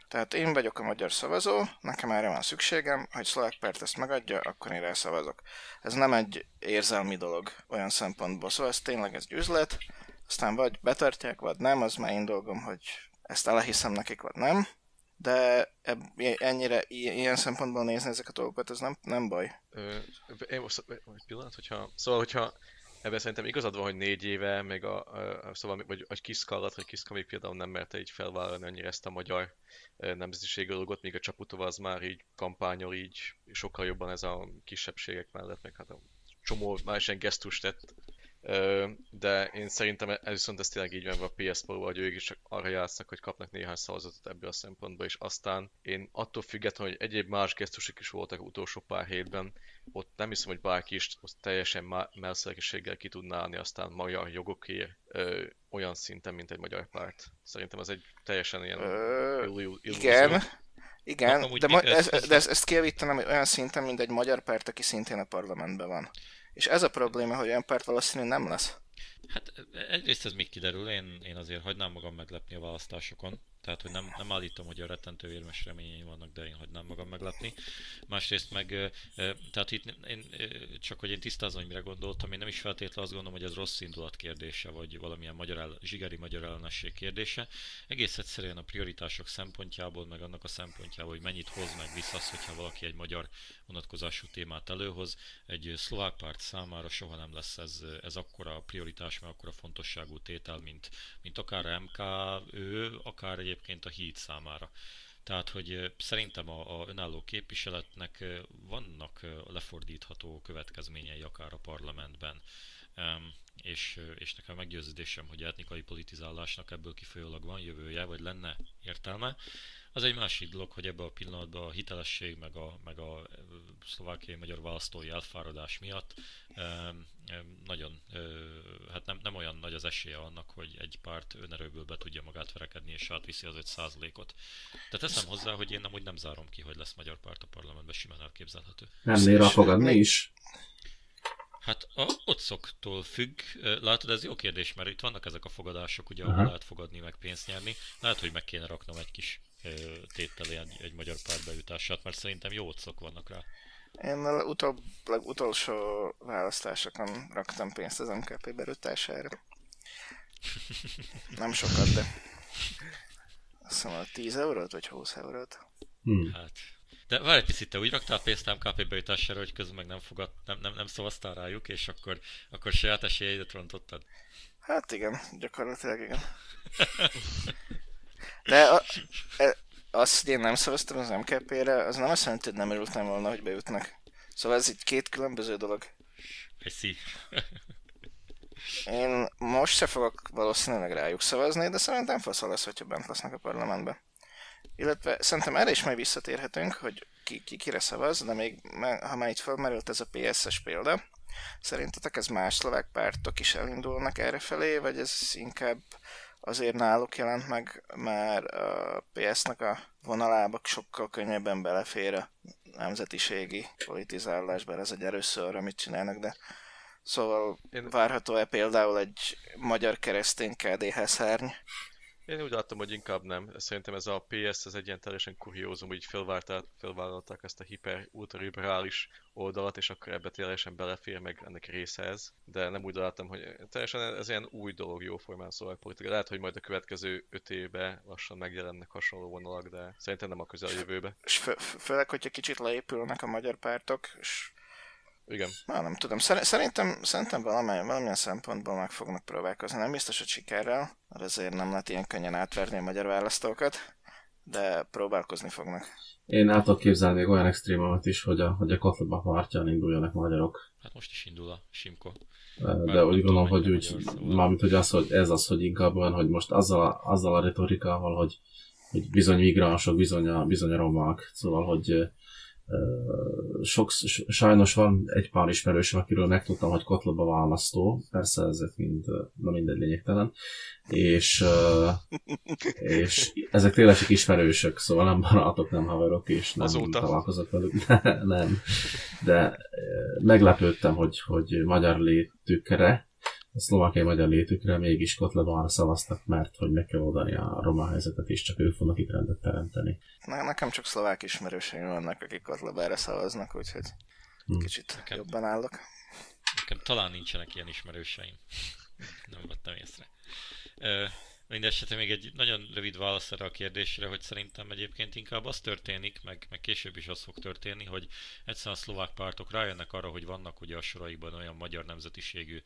Tehát én vagyok a magyar szavazó, nekem erre van szükségem, hogy Szlovák Párt ezt megadja, akkor én rá szavazok. Ez nem egy érzelmi dolog olyan szempontból, szóval ez tényleg egy üzlet, aztán vagy betartják, vagy nem, az már én dolgom, hogy ezt elhiszem nekik, vagy nem. De ennyire ilyen szempontból nézni ezeket a dolgokat, ez nem baj. Én most egy pillanat, hogyha ebben szerintem igazad van, hogy 4 éve, még szóval, vagy Kiszka vagy Kiszka még például nem merte így felvállalni annyira ezt a magyar nemzetiségű dolgot, míg a Csaputova az már így kampányol így sokkal jobban ez a kisebbségek mellett, meg hát a csomó más ilyen gesztust tett. De én szerintem viszont ez tényleg így van a PS-ból, hogy ők is arra játsznak, hogy kapnak néhány szavazatot ebből a szempontból, és aztán én attól függetlenül, hogy egyéb más gesztusok is voltak utolsó pár hétben, ott nem hiszem, hogy bárki is teljesen melszelekeséggel ki tudná állni aztán magyar jogokért olyan szinten, mint egy magyar párt. Szerintem ez egy teljesen ilyen illúzió. Igen, de ezt kijavítanám olyan szinten, mint egy magyar párt, aki szintén a parlamentben van. És ez a probléma, hogy olyan párt valószínűleg nem lesz. Hát egyrészt ez még kiderül, én azért hagynám magam meglepni a választásokon. Tehát, hogy nem állítom, hogy a rettentő érmes reményeim vannak, de én hagynám magam meglepni. Másrészt meg, tehát itt csak hogy én tisztázom, hogy mire gondoltam, én nem is feltétlenül azt gondolom, hogy ez rossz indulat kérdése, vagy valamilyen zsigeri magyar ellenesség kérdése. Egész egyszerűen a prioritások szempontjából, meg annak a szempontjából, hogy mennyit hoz meg vissza az, hogyha valaki egy magyar vonatkozású témát előhoz. Egy szlovák párt számára soha nem lesz ez akkora prioritás, meg akkora fontosságú tétel, mint akár a MK, akár egyébként a Híd számára. Tehát, hogy szerintem a önálló képviseletnek vannak lefordítható következményei akár a parlamentben, és nekem meggyőződésem, hogy etnikai politizálásnak ebből kifolyólag van jövője, vagy lenne értelme. Az egy másik dolog, hogy ebben a pillanatban a hitelesség, meg a szlovákiai magyar választói elfáradás miatt nagyon, hát nem olyan nagy az esélye annak, hogy egy párt önerőből be tudja magát verekedni és átviszi az 5%-ot. De teszem hozzá, hogy én amúgy nem zárom ki, hogy lesz magyar párt a parlamentben, simán elképzelhető. Nem néra fogadni is? Hát a otszoktól függ. Látod, ez jó kérdés, mert itt vannak ezek a fogadások, ugye, ahol lehet fogadni, meg pénzt nyerni. Lehet, hogy meg kéne raknom egy kis téttel egy magyar párt bejutását, mert szerintem jó otszok vannak rá. Én utolsó választásokon raktam pénzt az MKP bejutására. Nem sokat, de azt hiszem 10 eurót vagy 20 eurót. Hát. De várj egy picit, te úgy raktál pénzt MKP bejutására, hogy közben meg nem szavaztál rájuk, és akkor saját esélyeidet rontottad? Hát igen, gyakorlatilag igen. De az, hogy én nem szavaztam az MKP-re, az nem azt jelenti, hogy nem örültem volna, hogy bejutnak. Szóval ez így két különböző dolog. I Én most se fogok valószínűleg rájuk szavazni, de szerintem faszol lesz, hogyha bent lesznek a parlamentben. Illetve szerintem erre is majd visszatérhetünk, hogy kire szavaz, de még ha már itt felmerült ez a PSS példa, szerintetek ez más szlovák pártok is elindulnak errefelé, vagy ez inkább azért náluk jelent meg, mert a PS-nek a vonalába sokkal könnyebben belefér a nemzetiségi politizálásban, ez egy erőször, amit csinálnak, de szóval várható-e például egy magyar keresztény KDH szárny? Én úgy láttam, hogy inkább nem. Szerintem ez a PS, ez egy ilyen teljesen kuriózum, hogy felvállalták ezt a hiper-ultraliberális oldalat, és akkor ebbe teljesen belefér, meg ennek része ez. De nem úgy láttam, hogy teljesen ez ilyen új dolog jóformán szóval politika. Lehet, hogy majd a következő 5 évben lassan megjelennek hasonló vonalak, de szerintem nem a közeljövőbe. És főleg, hogyha kicsit leépülnek a magyar pártok, és igen. Nem tudom, szerintem valamilyen szempontból meg fognak próbálkozni. Nem biztos, hogy sikerrel, mert azért nem lehet ilyen könnyen átverni a magyar választókat, de próbálkozni fognak. Én el tudok képzelni még olyan extrémomat is, hogy a Kotleba pártján induljanak magyarok. Hát most is indul a Simko. De úgy gondolom, hogy úgy, mármint, hogy ez az, hogy inkább olyan, hogy most azzal a retorikával, hogy bizony migránsok, bizony a romák, szóval, hogy sajnos van egy pár ismerősöm, akiről megtudtam, hogy Kotleba választó, persze ezek mindegy lényegtelen, és ezek tényleg csak ismerősök, szóval nem barátok, nem haverok, és nem találkozok velük, nem. De meglepődtem, hogy magyar létükre a szlovákiai magyar létükre, mégis Kotlebonra szavaztak, mert hogy meg kell oldani a roma helyzetet, és csak ők fognak itt rendet teremteni. Nekem csak szlovák ismerőseim vannak, akik Kotlebonra szavaznak, úgyhogy kicsit jobban állok. Nekem talán nincsenek ilyen ismerőseim. Nem vettem észre. Mindenesetre még egy nagyon rövid válasz erre a kérdésre, hogy szerintem egyébként inkább az történik, meg később is az fog történni, hogy egyszerűen a szlovák pártok rájönnek arra, hogy vannak ugye a soraikban olyan magyar nemzetiségű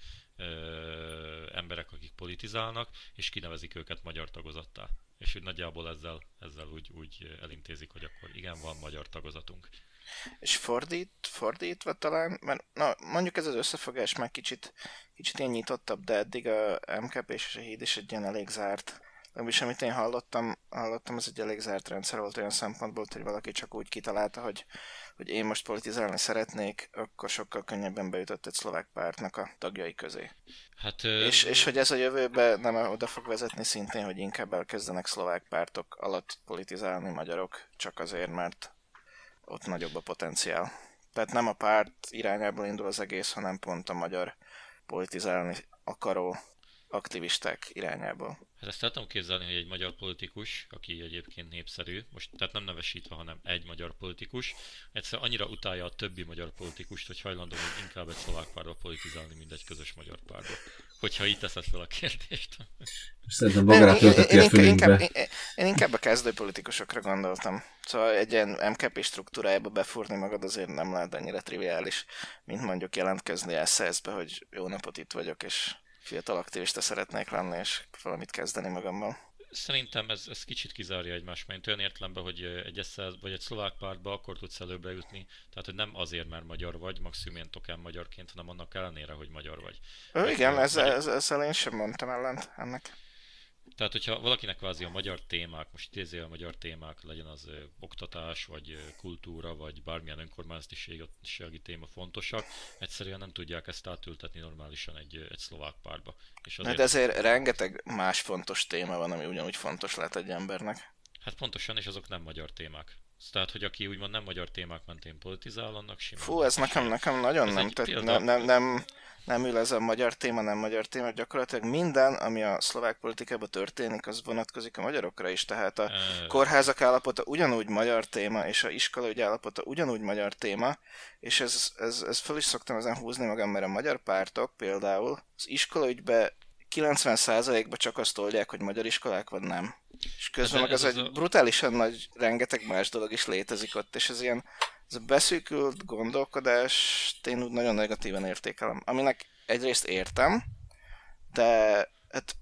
emberek, akik politizálnak, és kinevezik őket magyar tagozattá. És úgy nagyjából ezzel úgy elintézik, hogy akkor igen, van magyar tagozatunk. És fordítva talán, mert mondjuk ez az összefogás már kicsit ilyen nyitottabb, de eddig a MKP és a Híd is egy ilyen elég zárt. Legalábbis amit én hallottam, ez egy elég zárt rendszer volt olyan szempontból, hogy valaki csak úgy kitalálta, hogy én most politizálni szeretnék, akkor sokkal könnyebben bejutott egy szlovák pártnak a tagjai közé. Hát, és hogy ez a jövőben nem oda fog vezetni szintén, hogy inkább elkezdenek szlovák pártok alatt politizálni magyarok, csak azért, mert ott nagyobb a potenciál. Tehát nem a párt irányából indul az egész, hanem pont a magyar politizálni akaró aktivisták irányából. Hát ezt el tudom képzelni, hogy egy magyar politikus, aki egyébként népszerű, most tehát nem nevesítve, hanem egy magyar politikus, egyszer annyira utálja a többi magyar politikust, hogy hajlandó még inkább egy szlovák párba politizálni, mint egy közös magyar párba. Hogyha így teszed fel a kérdést. Szerintem magára töltötti a fülünkbe. Én inkább a kezdő politikusokra gondoltam. Szóval egy ilyen MKP struktúrájába befúrni magad azért nem lehet ennyire triviális, mint mondjuk jelentkezni SZSZ-be, hogy jó napot, itt vagyok, és fiatal aktivista szeretnék lenni, és valamit kezdeni magammal. Szerintem ez kicsit kizárja egymást, mert olyan értelemben, hogy egy SZSZ vagy egy szlovák pártba akkor tudsz előbbre jutni, tehát hogy nem azért, mert magyar vagy, maximum ilyen tokán magyarként, hanem annak ellenére, hogy magyar vagy. Igen, ezzel én sem mondtam ellent ennek. Tehát, hogyha valakinek kvázi a magyar témák, most idéző a magyar témák, legyen az oktatás, vagy kultúra, vagy bármilyen önkormányzatisági téma fontosak, egyszerűen nem tudják ezt átültetni normálisan egy szlovák pártba. És de ezért rengeteg más fontos téma van, ami ugyanúgy fontos lehet egy embernek. Hát pontosan, és azok nem magyar témák. Tehát, hogy aki úgymond nem magyar témák mentén politizál, annak simán. Fú, ez nekem nagyon nem ül ez a magyar téma, nem magyar téma. Gyakorlatilag minden, ami a szlovák politikában történik, az vonatkozik a magyarokra is. Tehát a kórházak állapota ugyanúgy magyar téma, és a iskolaügy állapota ugyanúgy magyar téma, és ez fel is szoktam ezen húzni magam, mert a magyar pártok például az iskolaügybe 90%-ban csak azt oldják, hogy magyar iskolák vagy nem. És közben meg ez egy brutálisan nagy, rengeteg más dolog is létezik ott, és ez a beszűkült gondolkodást én úgy nagyon negatívan értékelem. Aminek egyrészt értem, de hát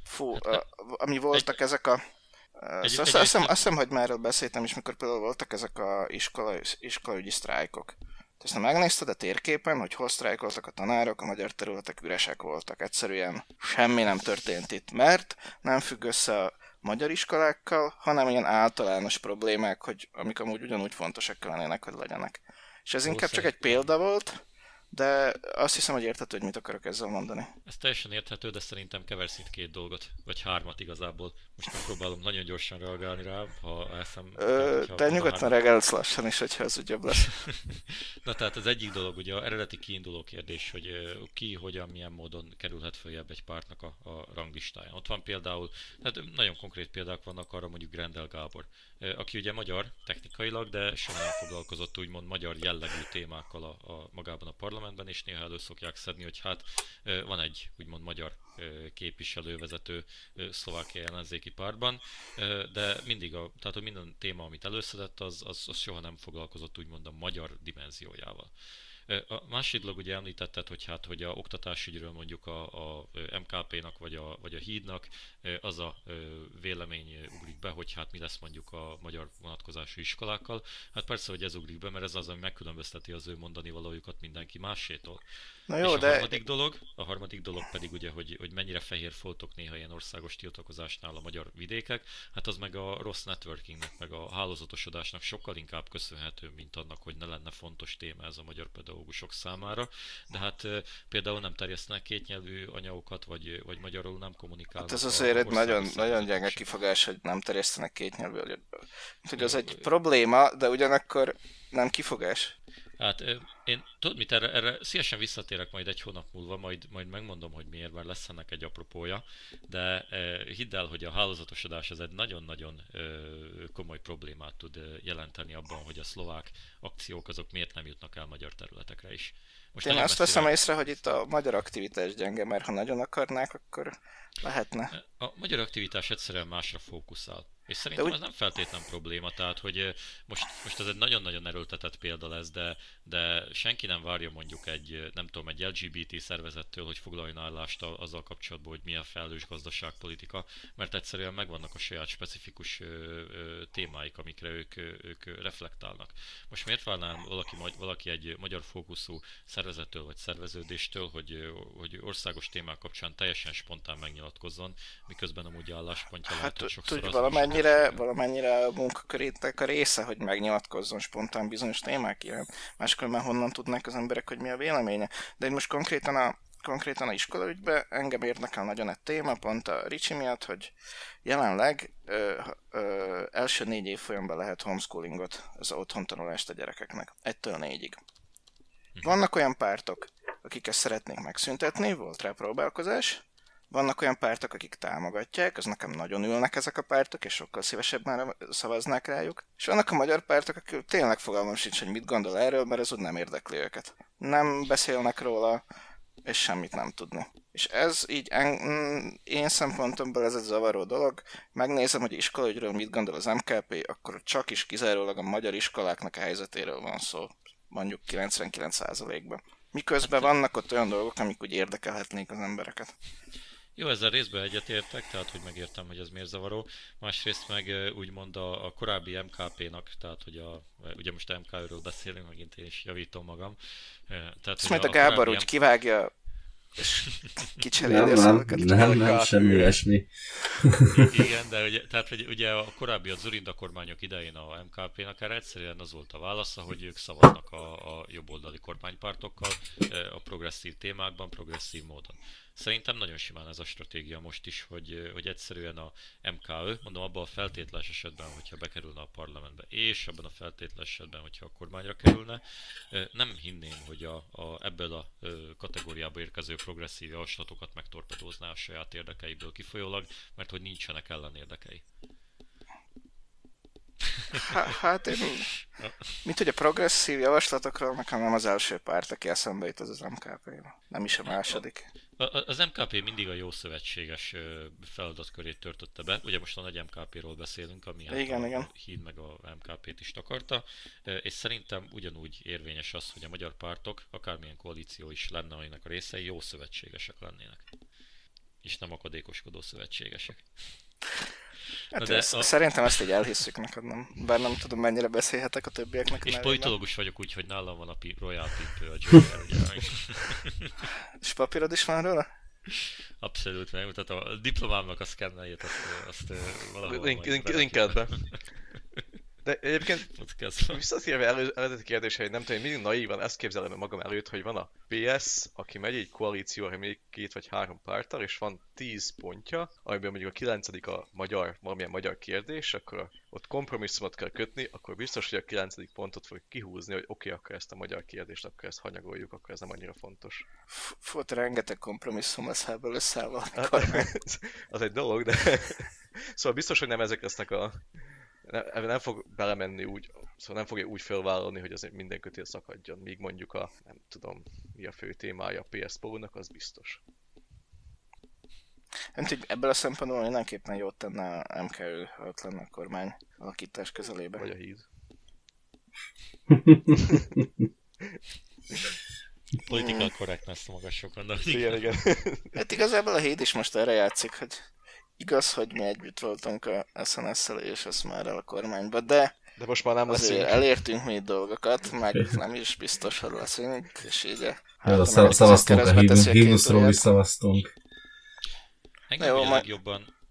ami voltak ezek a... Azt hiszem, hogy már erről beszéltem is, mikor például voltak ezek a iskolaügyi sztrájkok. Ezt nem megnézted a térképen, hogy hol sztrájkoltak a tanárok, a magyar területek üresek voltak. Egyszerűen semmi nem történt itt, mert nem függ össze a magyar iskolákkal, hanem ilyen általános problémák, hogy amik amúgy ugyanúgy fontosak lennének, hogy legyenek. És ez inkább csak egy példa volt, de azt hiszem, hogy érthető, hogy mit akarok ezzel mondani. Ez teljesen érthető, de szerintem keversz itt két dolgot, vagy hármat igazából. Most megpróbálom nagyon gyorsan reagálni rá, ha eszem... Te nyugodtan reagálsz lassan is, hogyha ez ügyebb lesz. Na tehát az egyik dolog, ugye az eredeti kiinduló kérdés, hogy ki, hogyan, milyen módon kerülhet följebb egy pártnak a ranglistáján. Ott van például, hát nagyon konkrét példák vannak arra, mondjuk Grendel Gábor, aki ugye magyar technikailag, de soha nem foglalkozott úgymond magyar jellegű témákkal magában a parlamentben, és néha elő szokják szedni, hogy hát van egy úgymond magyar képviselővezető szlovákiai ellenzéki pártban, de mindig, tehát hogy minden téma, amit előszedett, az soha nem foglalkozott úgymond a magyar dimenziójával. A másik dolog, ugye említetted, hogy a oktatásügyről mondjuk a MKP-nak vagy a Hídnak az a vélemény ugrik be, hogy hát mi lesz mondjuk a magyar vonatkozású iskolákkal. Hát persze, hogy ez ugrik be, mert ez az, ami megkülönbözteti az ő mondani valójukat mindenki másétól. Na jó, és a harmadik dolog pedig ugye, hogy mennyire fehér foltok néha ilyen országos tiltakozásnál a magyar vidékek, hát az meg a rossz networkingnek, meg a hálózatosodásnak sokkal inkább köszönhető, mint annak, hogy ne lenne fontos téma ez a magyar pedagógusok számára. De hát például nem terjesztenek kétnyelvű anyagokat, vagy magyarul nem kommunikálnak. Hát ez azért egy nagyon gyenge kifogás, hogy nem terjesztenek kétnyelvű anyagokat. Hogy az egy probléma, de ugyanakkor nem kifogás. Hát én tudod mit, erre szívesen visszatérek majd egy hónap múlva, majd megmondom, hogy miért, mert lesz ennek egy apropója, de hidd el, hogy a hálózatosodás ez egy nagyon-nagyon komoly problémát tud jelenteni abban, hogy a szlovák akciók azok miért nem jutnak el magyar területekre is. Most én azt veszem észre, hogy itt a magyar aktivitás gyenge, mert ha nagyon akarnák, akkor lehetne. A magyar aktivitás egyszerűen másra fókuszál. És szerintem ez nem feltétlen probléma, tehát hogy most ez egy nagyon-nagyon erőltetett példa lesz, de senki nem várja mondjuk egy LGBT szervezettől, hogy foglaljon állást azzal kapcsolatban, hogy milyen felelős gazdaságpolitika, mert egyszerűen megvannak a saját specifikus témáik, amikre ők reflektálnak. Most miért várnál valaki egy magyar fókuszú szervezettől vagy szerveződéstől, hogy országos témák kapcsán teljesen spontán megnyilatkozzon, miközben amúgy álláspontja lehet, hogy sokszor az valamennyire a munkakörétek a része, hogy megnyilatkozzon spontán bizonyos témák iránt. Máskülönben honnan tudnák az emberek, hogy mi a véleménye. De most konkrétan a iskolaügyben engem érdekel nagyon egy téma, pont a Ricsi miatt, hogy jelenleg első 4 évfolyamban lehet homeschoolingot, az otthontanulást a gyerekeknek. 1-től 4-ig. Vannak olyan pártok, akik ezt szeretnék megszüntetni, volt rá próbálkozás. Vannak olyan pártok, akik támogatják, az nekem nagyon ülnek ezek a pártok, és sokkal szívesebben szavaznák rájuk. És vannak a magyar pártok, akik tényleg fogalmam sincs, hogy mit gondol erről, mert ez úgy nem érdekli őket. Nem beszélnek róla, és semmit nem tudni. És ez így én szempontomból ez egy zavaró dolog. Megnézem, hogy iskolaügyről mit gondol az MKP, akkor csak is kizárólag a magyar iskoláknak a helyzetéről van szó. Mondjuk 99%-ban. Miközben vannak ott olyan dolgok, amik úgy érdekelhetnék az embereket. Jó, ezzel részben egyetértek, tehát hogy megértem, hogy ez miért zavaró. Másrészt meg úgymond a korábbi MKP-nak, tehát hogy ugye most a MKÖ-ről beszélünk, megint én is javítom magam. Ezt majd a Gábor úgy kivágja, és kicseréli a szavakat. Nem, semmi ilyesmi. Igen, de ugye, tehát hogy ugye a korábbi a Dzurinda kormányok idején a MKP-nak erre egyszerűen az volt a válasza, hogy ők szavaznak a jobboldali kormánypártokkal a progresszív témákban, progresszív módon. Szerintem nagyon simán ez a stratégia most is, hogy egyszerűen a MKÖ, mondom abban a feltételes esetben, hogyha bekerülne a parlamentbe, és abban a feltételes esetben, hogyha a kormányra kerülne, nem hinném, hogy ebből a kategóriába érkező progresszív javaslatokat megtorpedózná a saját érdekeiből kifolyólag, mert hogy nincsenek ellenérdekei. Hát én, mint hogy a progresszív javaslatokról nekem nem az első párt, aki eszembe jut, az MKP. Nem is a második. Az MKP mindig a jó szövetséges feladatkörét töltötte be. Ugye most a nagy MKP-ról beszélünk, ami a Híd meg a MKP-t is takarta, és szerintem ugyanúgy érvényes az, hogy a magyar pártok, akármilyen koalíció is lenne, aminek a részei, jó szövetségesek lennének. És nem akadékoskodó szövetségesek. Hát szerintem ezt így elhisszük neked, nem? Bár nem tudom, mennyire beszélhetek a többieknek. És politológus vagyok úgy, hogy nálam van a Royal Pip, a Joker, ugye. És papírod is van róla? Abszolút, megmutatom. A diplomámnak a szkenneljét, azt valahol... Linkeld be. De egyébként visszatérve eredeti kérdésre, hogy nem tudom, mindig naívan ezt képzelem magam előtt, hogy van a PS, aki megy egy koalícióra még 2 vagy 3 párttal, és van 10 pontja, amiben mondjuk a 9. a valamilyen magyar kérdés, akkor ott kompromisszumot kell kötni, akkor biztos, hogy a 9. pontot fog kihúzni, hogy oké, akkor ezt a magyar kérdést, akkor ezt hanyagoljuk, akkor ez nem annyira fontos. Volt rengeteg kompromisszum lesz ebből összeállva. Az egy dolog, de... Szóval biztos, hogy nem ezek lesznek nem fog belemenni úgy, szóval nem fogja úgy felvállalni, hogy azért minden kötél szakadjon, míg mondjuk nem tudom, mi a fő témája a PS Pro-nak, az biztos. Nem tudom, ebből a szempontból mindenképpen jót tenne a MKÖ, ha ott lenne a kormány alakítás közelébe. Vagy a Híd. Political correctness magas sokan. Igen. Hát igazából a Híd is most erre játszik, hogy igaz, hogy mi együtt voltunk a SNS-szel, és azt már el a kormányba, de most már nem leszünk. Elértünk mi dolgokat, meg nem is biztos, hogy leszünk, és így szavaztunk a Hídusról is szavaztunk. Engem a legjobban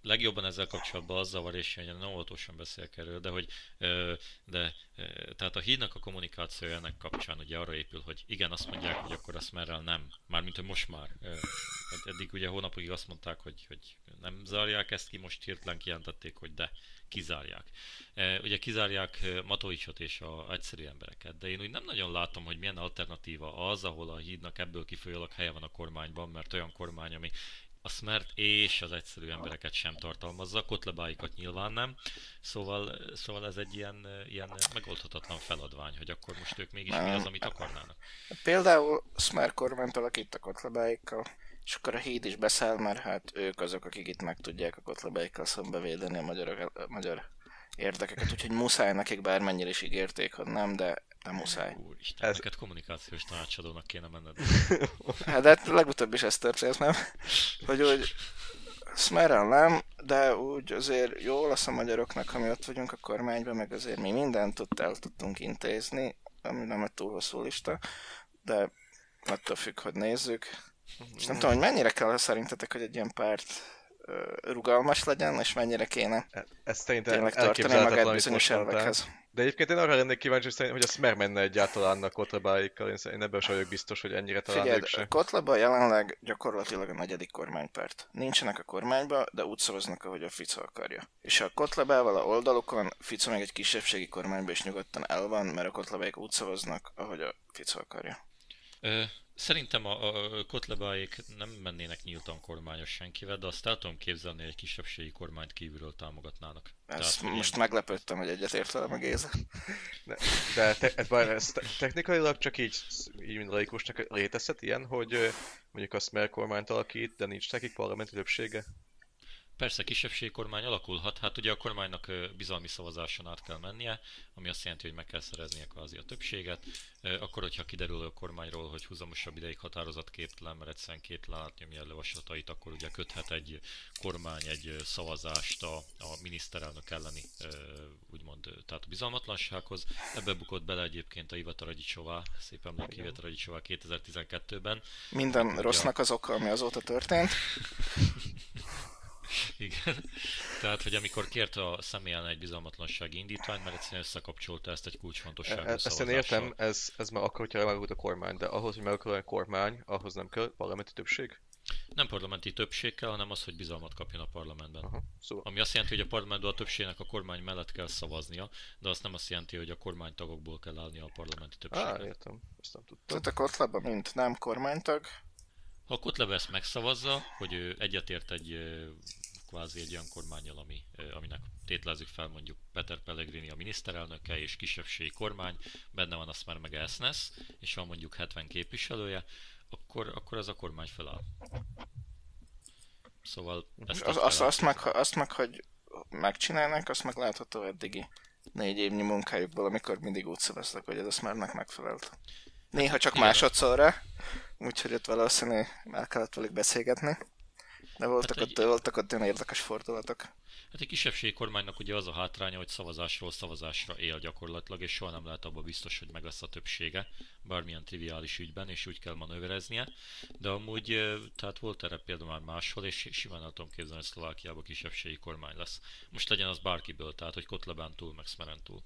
legjobban ezzel kapcsolatban az zavar, és én nem óvatosan beszélek erről, de hogy tehát a hídnak a kommunikációja ennek kapcsán ugye arra épül, hogy igen, azt mondják, hogy akkor azt merrel nem. Mármint, hogy most már. Eddig ugye hónapokig azt mondták, hogy nem zárják ezt ki, most hirtelen kijelentették, hogy de, kizárják. Ugye kizárják Matovicsot és az egyszerű embereket, de én úgy nem nagyon látom, hogy milyen alternatíva az, ahol a hídnak ebből kifolyólag helye van a kormányban, mert olyan kormány, ami a Smert és az egyszerű embereket sem tartalmazza, kotlebáikat nyilván nem, szóval ez egy ilyen megoldhatatlan feladvány, hogy akkor most ők mégis mi az, amit akarnának. Például Smert kormányt alakít a kotlebáikkal, és akkor a híd is beszáll, mert hát ők azok, akik itt meg tudják a kotlebáikkal szembevédeni a magyar érdekeket, úgyhogy muszáj nekik, bármennyire is ígérték, hogy nem, de muszáj. Úristen, neked kommunikációs tanácsadónak kéne menned. Hát de legutóbb is ez történt, nem? Hogy úgy Smerrel nem, de úgy azért jó lesz a magyaroknak, ha mi ott vagyunk a kormányban, meg azért mi mindent ott el tudtunk intézni, ami nem egy túl hosszú lista, de attól függ, hogy nézzük. És nem tudom, hogy mennyire kell szerintetek, hogy egy ilyen párt rugalmas legyen, és mennyire kéne ezt szerintem tényleg tartani magát bizonyos elvekhez. De egyébként én arra lennék kíváncsi, hogy a Smer menne egyáltalán a kotlebáikkal, én ebben sem vagyok biztos, hogy ennyire talán ők se. Kotleba jelenleg gyakorlatilag a 4. kormánypárt. Nincsenek a kormányba, de úgy szavaznak, ahogy a Fico akarja. És a Kotlebával a oldalukon Fico meg egy kisebbségi kormányba is nyugodtan el van, mert a Kotlebáik úgy szavaznak, ahogy a Fico akarja. Szerintem a kotlebáik nem mennének nyíltan kormányos senkivel, de azt el tudom képzelni, hogy egy kisebbségi kormányt kívülről támogatnának. Most meglepődtem, hogy egyetért velem a Géza. Ez technikailag csak így mint laikusnak létezhet ilyen, hogy mondjuk a Smer kormányt alakít, de nincs nekik parlamenti többsége? Persze kisebbségi kormány alakulhat, hát ugye a kormánynak bizalmi szavazáson át kell mennie, ami azt jelenti, hogy meg kell szereznie kvázi a többséget. Akkor, hogyha kiderül a kormányról, hogy húzamosabb ideig határozatképtelen, mert egyszerűen képtelen átnyomja a javaslatait, akkor ugye köthet egy kormány egy szavazást a miniszterelnök elleni, úgymond, tehát a bizalmatlansághoz. Ebbe bukott bele egyébként a Iveta Radicsová, szép emlék Iveta Radicsová 2012-ben. Minden rossznak az oka, ami azóta történt. Igen. Tehát, hogy amikor kért a személyen egy bizalmatlansági indítványt, mert egyszerűen összekapcsolta ezt egy kulcsfontosságú szavazással. Ezt én értem, ez már akkor, hogyha elmaradt a kormány, de ahhoz, hogy megakarolja a kormány, ahhoz nem kell parlamenti többség? Nem parlamenti többség kell, hanem az, hogy bizalmat kapjon a parlamentben. Szóval. Ami azt jelenti, hogy a parlamentben a többségnek a kormány mellett kell szavaznia, de azt nem azt jelenti, hogy a kormánytagokból kell állnia a parlamenti többségnek. Értem. Ezt nem tudtam. Tehát a Kotleba, mint nem kormánytag. Ha a Kotleba ezt megszavazza, hogy ő egyetért egy kvázi egy olyan kormánnyal, aminek tételezzük fel mondjuk Peter Pellegrini a miniszterelnöke és kisebbségi kormány, benne van azt már meg SZNESZ, és van mondjuk 70 képviselője, akkor az a kormány feláll. Szóval azt meg, hogy megcsinálnak, azt meg látható eddigi 4 évnyi munkájukból, amikor mindig úgy szavaztak, hogy ez a Smernek megfelelt. Néha csak másodszorra, úgyhogy ott valószínűleg el kellett velük beszélgetni. De voltak ott olyan érdekes fordulatok. Hát egy kisebbségi kormánynak ugye az a hátránya, hogy szavazásról szavazásra él gyakorlatilag, és soha nem lehet abban biztos, hogy meg lesz a többsége bármilyen triviális ügyben, és úgy kell manővereznie. De amúgy, tehát volt erre példa már máshol, és simán el tudom képzelni, hogy Szlovákiában kisebbségi kormány lesz. Most legyen az bárkiből, tehát hogy Kotlebán túl, meg Smeren túl.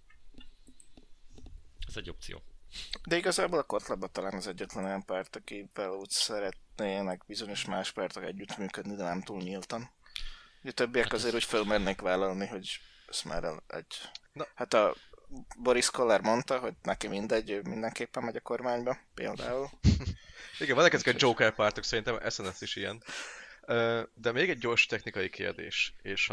Ez egy opció. De igazából a Kotleba talán az egyetlen olyan párt, akivel úgy szeretnének bizonyos más pártok együttműködni, de nem túl nyíltan. A többiek azért úgy fölmernék vállalni, hogy ez már egy... Hát a Boris Koller mondta, hogy neki mindegy, ő mindenképpen megy a kormányba, például. Igen, vannak ezek a Joker pártok, szerintem SNS is ilyen. De még egy gyors technikai kérdés, és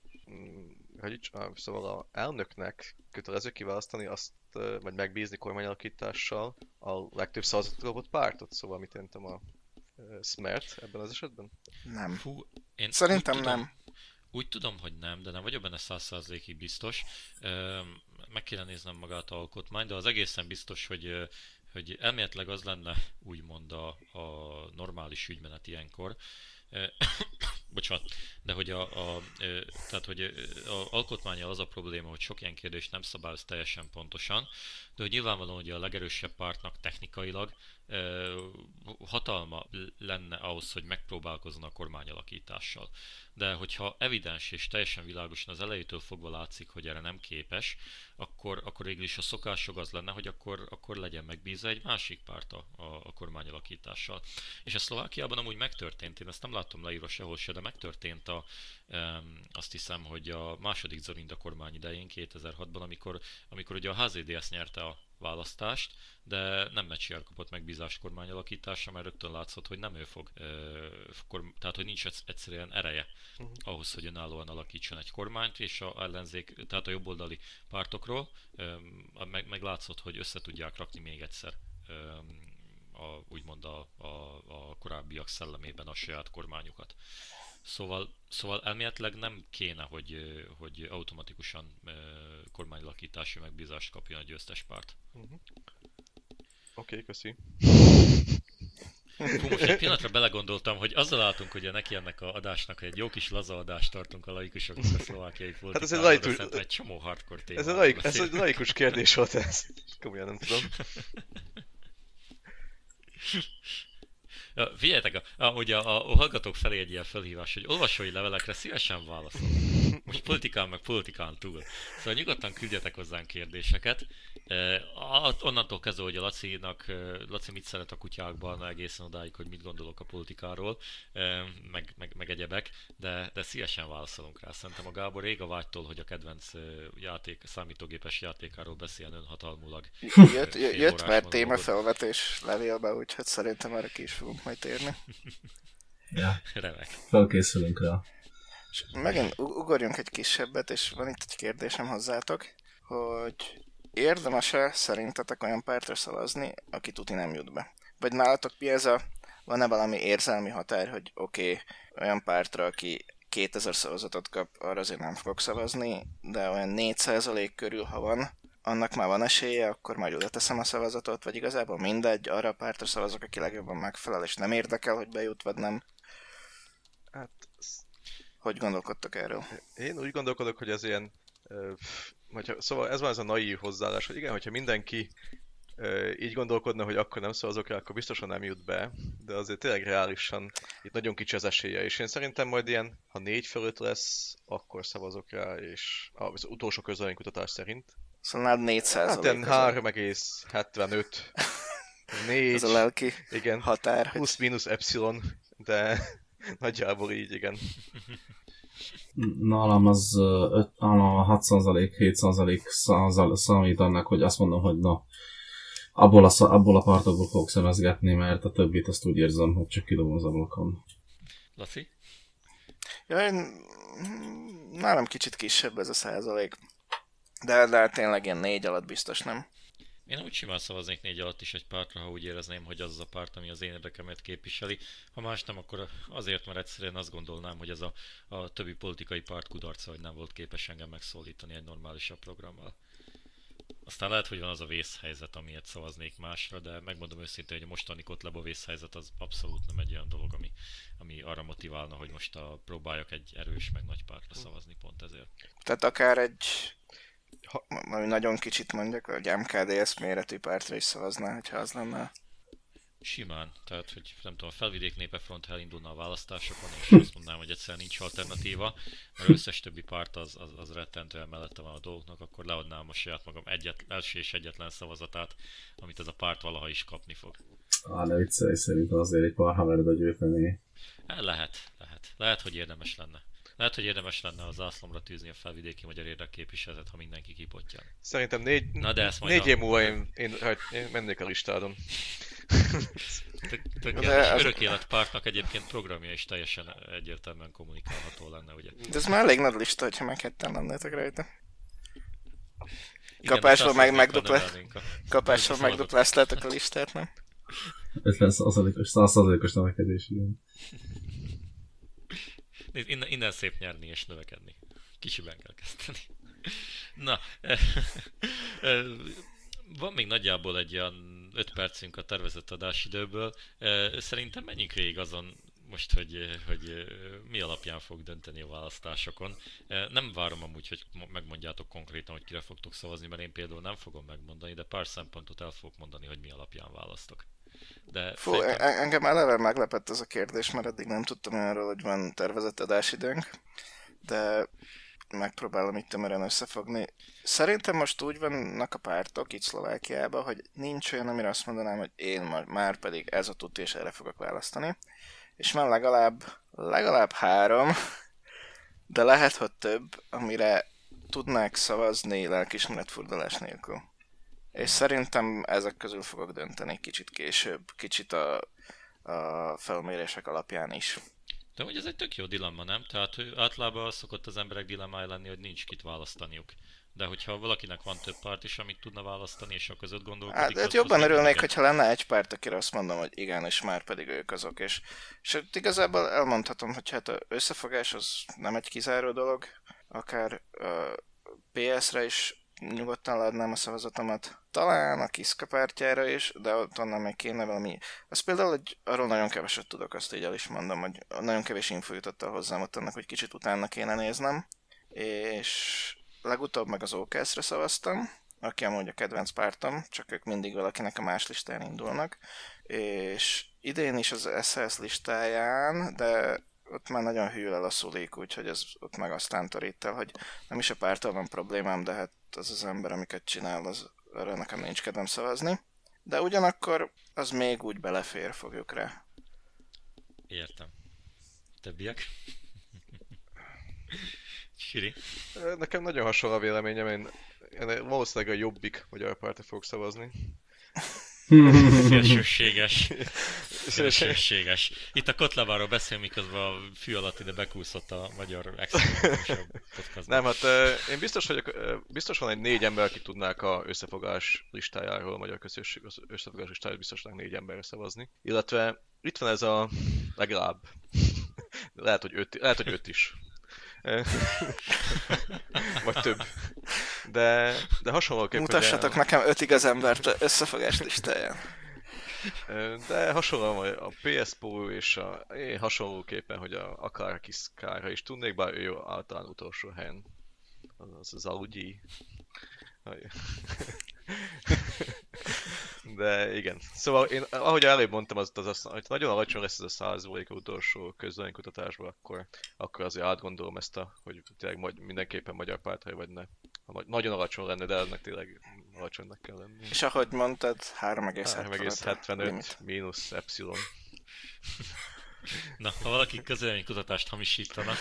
szóval a elnöknek kötelező kiválasztani azt, vagy megbízni kormányalakítással a legtöbb szavazatot kapott pártot, szóval mit jentem a Smert ebben az esetben? Nem. Én szerintem nem. Úgy tudom, hogy nem, de nem vagyok benne 100%-ig biztos. Meg kéne néznem magát a alkotmány, de az egészen biztos, hogy elméletileg az lenne úgymond a normális ügymenet ilyenkor. Bocsánat, de hogy tehát, hogy a alkotmánnyal az a probléma, hogy sok ilyen kérdést nem szabályoz teljesen pontosan, de hogy nyilvánvalóan, hogy a legerősebb pártnak technikailag hatalma lenne ahhoz, hogy megpróbálkozzon a kormányalakítással. De hogyha evidens és teljesen világosan az elejétől fogva látszik, hogy erre nem képes, akkor végül is a szokásjog az lenne, hogy akkor legyen megbízva egy másik párt a kormányalakítással. És a Szlovákiában amúgy megtörtént, én ezt nem láttam leírva sehol se, de megtörtént azt hiszem, hogy a második Dzorinda kormány idején 2006-ban, amikor ugye a HZDSZ nyerte a választást, de nem Mečiar kapott megbízást kormányalakításra, mert rögtön látszott, hogy nem ő fog, tehát hogy nincs egyszerűen ereje ahhoz, hogy önállóan alakítson egy kormányt, és a ellenzék, tehát a jobboldali pártokról meg látszott, hogy össze tudják rakni még egyszer úgymond a korábbiak szellemében a saját kormányukat. Szóval elméletileg nem kéne, hogy automatikusan kormánylakítási megbízást kapjon a győztes párt. Oké, köszi. Fú, most egy pillanatra belegondoltam, hogy azzal álltunk ugye neki ennek a adásnak, hogy egy jó kis laza adást tartunk a laikusoknak a szlovákiai politikáról, Hát szerintem egy csomó hardcore téma. Ez egy laikus kérdés volt ez. Komolyan nem tudom. Ja, figyeljetek, hogy a hallgatók felé egy ilyen felhívás, hogy olvasói levelekre szívesen válaszol. Most politikán túl. Szóval nyugodtan küldjetek hozzánk kérdéseket. Onnantól kezdve, hogy a Laci mit szeret a kutyákban, egészen odáig, hogy mit gondolok a politikáról, meg egyebek, de szívesen válaszolunk rá. Szerintem a Gábor rég a vágytól, hogy a kedvenc számítógépes játékáról beszéljen önhatalmulag. Jött már témafelvetés levélbe, úgyhogy szerintem erre ki is fogunk majd térni. Ja, remek. felkészülünk rá. És megint ugorjunk egy kisebbet, és van itt egy kérdésem hozzátok, hogy érdemes-e szerintetek olyan pártra szavazni, aki tuti nem jut be? Vagy nálatok mi ez van-e valami érzelmi határ, hogy oké, olyan pártra, aki 2000 szavazatot kap, arra azért nem fogok szavazni, de olyan 4% körül, ha van, annak már van esélye, akkor majd oda teszem a szavazatot, vagy igazából mindegy, arra a pártra szavazok, aki legjobban megfelel, és nem érdekel, hogy bejut, vagy nem. Hát, hogy gondolkodtok erről? Én úgy gondolkodok, hogy ez ilyen... szóval ez van ez a naív hozzáállás, hogy igen, hogyha mindenki így gondolkodna, hogy akkor nem szavazok rá, akkor biztosan nem jut be, de azért tényleg reálisan itt nagyon kicsi az esélye, és én szerintem majd ilyen, ha 4 fölött lesz, akkor szavazok rá, és az utolsó közvéleménykutatás szerint. Szóval 4%. Hát ilyen 3,75. 4. Ez a lelki igen, határ. plusz-minusz epsilon, de nagyjából így, igen. Nálam az 6%-7% számít annak, hogy azt mondom, hogy na, abból a pártokból fogok szemezgetni, mert a többit azt úgy érzem, hogy csak kidobom az ablakon. Laci? Ja, nálam kicsit kisebb ez a százalék. De tényleg ilyen 4 alatt biztos nem. Én úgy simán szavaznék 4 alatt is egy pártra, ha úgy érezném, hogy az a párt, ami az én érdekemet képviseli. Ha más nem, akkor azért, mert egyszerűen azt gondolnám, hogy ez a többi politikai párt kudarca, hogy nem volt képes engem megszólítani egy normálisabb programmal. Aztán lehet, hogy van az a vészhelyzet, amiért szavaznék másra, de megmondom őszintén, hogy a mostani Kotleba vészhelyzet az abszolút nem egy olyan dolog, ami arra motiválna, hogy most próbáljak egy erős, meg nagy pártra szavazni pont ezért. Tehát akár egy, ami nagyon kicsit mondjak, hogy MKDS méretű pártra is szavaznál, hogyha az lenne. Simán, tehát hogy nem tudom, a Felvidék Népe Front elindulna a választásokon, és azt mondanám, hogy egyszerűen nincs alternatíva, mert összes többi párt az rettentően mellette van a dolgoknak, akkor leadnám a saját magam első és egyetlen szavazatát, amit ez a párt valaha is kapni fog. Ne viccelj, szerintem azért egy pár haverod a győteni. Lehet, hogy érdemes lenne. Lehet, hogy érdemes lenne a zászlomra tűzni a Felvidéki Magyar Érdekképviseletet, ha mindenki kipottyan. Szerintem 4 év múlva én mennék a listádon. Örök életpártnak egyébként programja is teljesen egyértelműen kommunikálható lenne, ugye? De ez már elég nagy lista, hogyha meg ketten lennétek rajta. Igen, Kapásról megdupláztátok a listát, nem? 100%-os növekedés, igen. Innen szép nyerni és növekedni. Kicsiben kell kezdeni. Na, van még nagyjából egy olyan 5 percünk a tervezett adásidőből. Szerintem menjünk végig azon most, hogy mi alapján fog dönteni a választásokon. Nem várom amúgy, hogy megmondjátok konkrétan, hogy kire fogtok szavazni, mert én például nem fogom megmondani, de pár szempontot el fogok mondani, hogy mi alapján választok. De Fú, szerintem... engem eleve meglepett ez a kérdés, mert eddig nem tudtam arról, hogy van tervezett adásidőnk, de megpróbálom itt tömören összefogni. Szerintem most úgy vannak a pártok itt Szlovákiában, hogy nincs olyan, amire azt mondanám, hogy én már pedig ez a tuti, és erre fogok választani. És van legalább 3, de lehet, hogy több, amire tudnák szavazni lelkiismeretfurdalás nélkül. És szerintem ezek közül fogok dönteni kicsit később, kicsit a felmérések alapján is. De hogy ez egy tök jó dilemma, nem? Tehát általában szokott az emberek dilemmája lenni, hogy nincs kit választaniuk. De hogyha valakinek van több párt is, amit tudna választani, és a között gondolkodik... Hát jobban örülnék, hogyha lenne egy párt, akire azt mondom, hogy igen, és már pedig ők azok. És igazából elmondhatom, hogy hát az összefogás az nem egy kizáró dolog. Akár PS-re is nyugodtan leadnám a szavazatomat. Talán a Kiszka pártjára is, de ott onnan még kéne valami... Az például, hogy arról nagyon keveset tudok, azt így el is mondom, hogy nagyon kevés info jutott el hozzám ott annak, hogy kicsit utána kéne néznem. És legutóbb meg az OKS-re szavaztam, aki amúgy a kedvenc pártom, csak ők mindig valakinek a más listán indulnak. És idén is az SZSZ listáján, de ott már nagyon hűl el a szulék, úgyhogy ez ott meg aztán torít el, hogy nem is a párttal van problémám, de hát az az ember, amiket csinál, az arra nekem nincs kedvem szavazni. De ugyanakkor az még úgy belefér, fogjuk rá. Értem. Többiek? Siri? Nekem nagyon hasonló a véleményem, én valószínűleg a Jobbik magyar pártra fogok szavazni. Szélsőséges. Szélsőséges. Itt a Kotleváról beszél, miközben a fű alatt ide bekúszott a magyar extrémizmusok podcast. Nem, hát én biztos van egy 4 ember, aki tudnák a összefogás listájáról, a magyar közösség összefogás listájáról biztos tudnák 4 emberre szavazni. Illetve itt van ez a legalább, lehet, hogy 5 is. Vagy több. De hasonlóképpen... Mutassatok nekem 5 igaz embert összefogás listáján. De hasonlóan a PSPO és hasonlóképpen, hogy akár a Kiszkára is tudnék, bár ő általán utolsó helyen. Az Audi. De igen. Szóval én, ahogy előbb mondtam, hogy nagyon alacsony lesz ez a 100% utolsó közvéleménykutatásban, akkor azért átgondolom ezt hogy tényleg mindenképpen magyar párthely vagy ne. Nagyon alacsony lenne, de ennek tényleg alacsonynak kell lenni. És ahogy mondtad, 3,75 mínusz epsilon. Na, ha valaki közvéleménykutatást hamisítanak,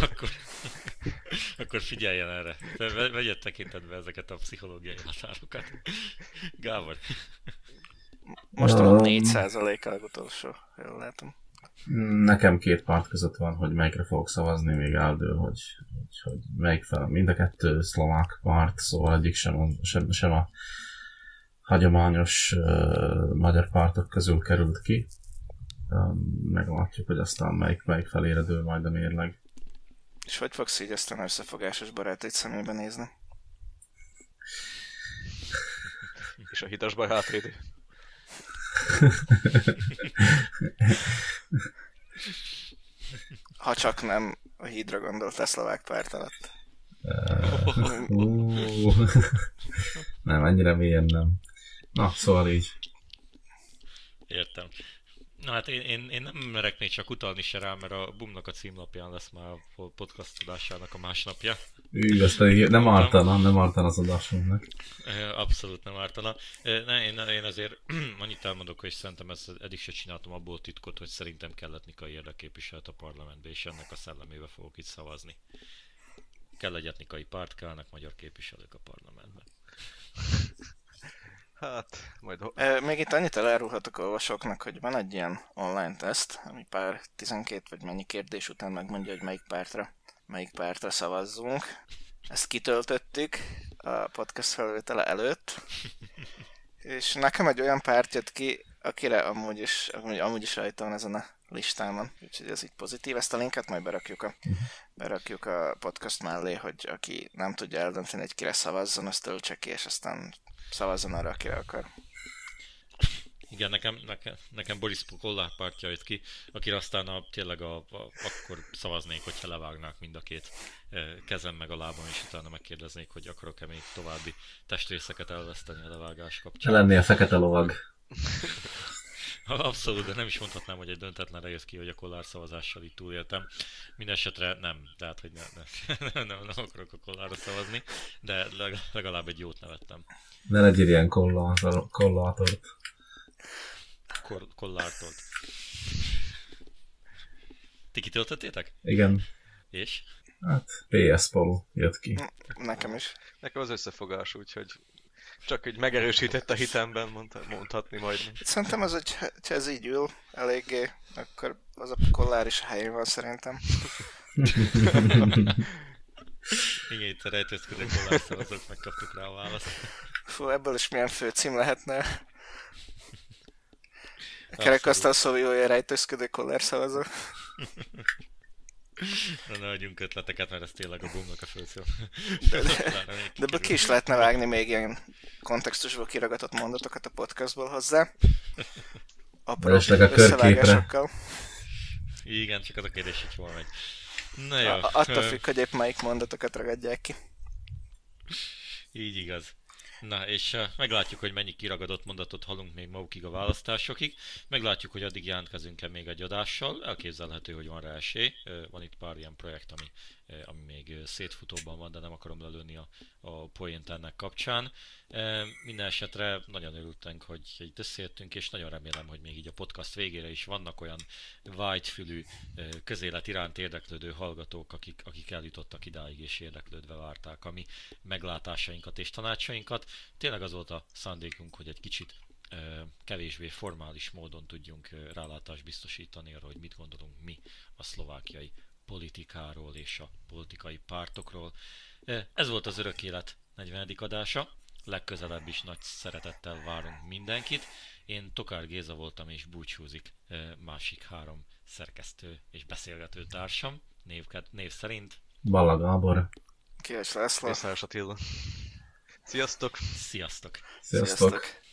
akkor figyeljen erre. Vegyed tekintetbe ezeket a pszichológiai határokat. Gábor. Most a 4% a legutolsó, jól látom. Nekem 2 párt között van, hogy melyikre fogok szavazni, még eldől, hogy melyik fel. Mind a 2 szlovák párt, szóval egyik sem a hagyományos magyar pártok közül került ki. Meglátjuk, hogy aztán melyik felére dől majd a mérleg. És hogy fogsz így aztán összefogásos barátait szemébe nézni? És a hitas barátaid? Ha csak nem a hídra gondolt a szlovák párt alatt. Nem, ennyire mélyen nem. Na, szóval így. Értem. Na hát én nem merek még csak utalni se rá, mert a Bumnak a címlapján lesz már a podcast tudásának a másnapja. Azt pedig nem ártana az adásunknak. Abszolút nem ártana. Én azért annyit elmondok, hogy szerintem eddig se csináltam abból titkot, hogy szerintem kell etnikai érdekképviselet a parlamentbe, és ennek a szellemébe fogok itt szavazni. Kell egy etnikai párt, kellnek magyar képviselők a parlamentben. Hát, majd... Még itt annyit elárulhatok a olvasóknak, hogy van egy ilyen online teszt, ami 12 vagy mennyi kérdés után megmondja, hogy melyik pártra szavazzunk. Ezt kitöltöttük a podcast felvétele előtt, és nekem egy olyan párt jött ki, akire amúgy is rajta van ezen a listámon, úgyhogy ez így pozitív. Ezt a linket majd berakjuk a podcast mellé, hogy aki nem tudja eldönteni, hogy kire szavazzon, azt töltse ki, és aztán szavazzon arra, akire akar. Igen, nekem Boris Kollár pártja jött ki, akire aztán tényleg akkor szavaznék, hogyha levágnák mind a 2 kezem meg a lábam, és utána megkérdeznék, hogy akarok-e még további testrészeket elveszteni a levágás kapcsán. Lennél fekete lovag. Abszolút, de nem is mondhatnám, hogy egy döntetlenre jössz ki, hogy a Kollár szavazással itt túléltem. Mindenesetre nem, tehát hogy nem akarok a Kollárra szavazni, de legalább egy jót nevettem. Ne legyél ilyen kollátort. Kollártolt. Ti kitöltöttétek? Igen. És? Hát PS Polo jött ki. Nekem is. Nekem az összefogás, úgyhogy csak így megerősített a hitemben, mondhatni majd. Szerintem az, hogy ha ez így ül eléggé, akkor az a Kollár is a helyén van szerintem. Igen, itt a rejtőzködő Kollár szavazók, megkaptuk rá a választ. Fú, ebből is milyen főcím lehetne. A kerekasztal szóvivója rejtőzködő Kollár szavazó. Ne adjunk ötleteket, mert ez tényleg a boomnak a főszó. De ebből ki is lehetne vágni még ilyen kontextusból kiragatott mondatokat a podcastból hozzá. Apró összevágásokkal. Igen, csak az a kérdés, hogy hol megy. Na jó. Attól függ, hogy épp melyik mondatokat ragadják ki. Így igaz. Na, és meglátjuk, hogy mennyi kiragadott mondatot hallunk még magukig a választásokig. Meglátjuk, hogy addig jelentkezünk-e még egy adással. Elképzelhető, hogy van rá esély. Van itt pár ilyen projekt, ami még szétfutóban van, de nem akarom lelőni a poént ennek kapcsán. Minden esetre nagyon örültünk, hogy itt összejöttünk, és nagyon remélem, hogy még így a podcast végére is vannak olyan vágyfülű, közélet iránt érdeklődő hallgatók, akik eljutottak idáig és érdeklődve várták a mi meglátásainkat és tanácsainkat. Tényleg az volt a szándékunk, hogy egy kicsit kevésbé formális módon tudjunk rálátást biztosítani arra, hogy mit gondolunk mi a szlovákiai politikáról és a politikai pártokról. Ez volt az Örök Élet 40. adása. Legközelebb is nagy szeretettel várunk mindenkit. Én Tokár Géza voltam, és búcsúzik másik 3 szerkesztő és beszélgető társam. Név szerint Balla Gábor. Kies László. Mészáros Attila. Sziasztok! Sziasztok! Sziasztok!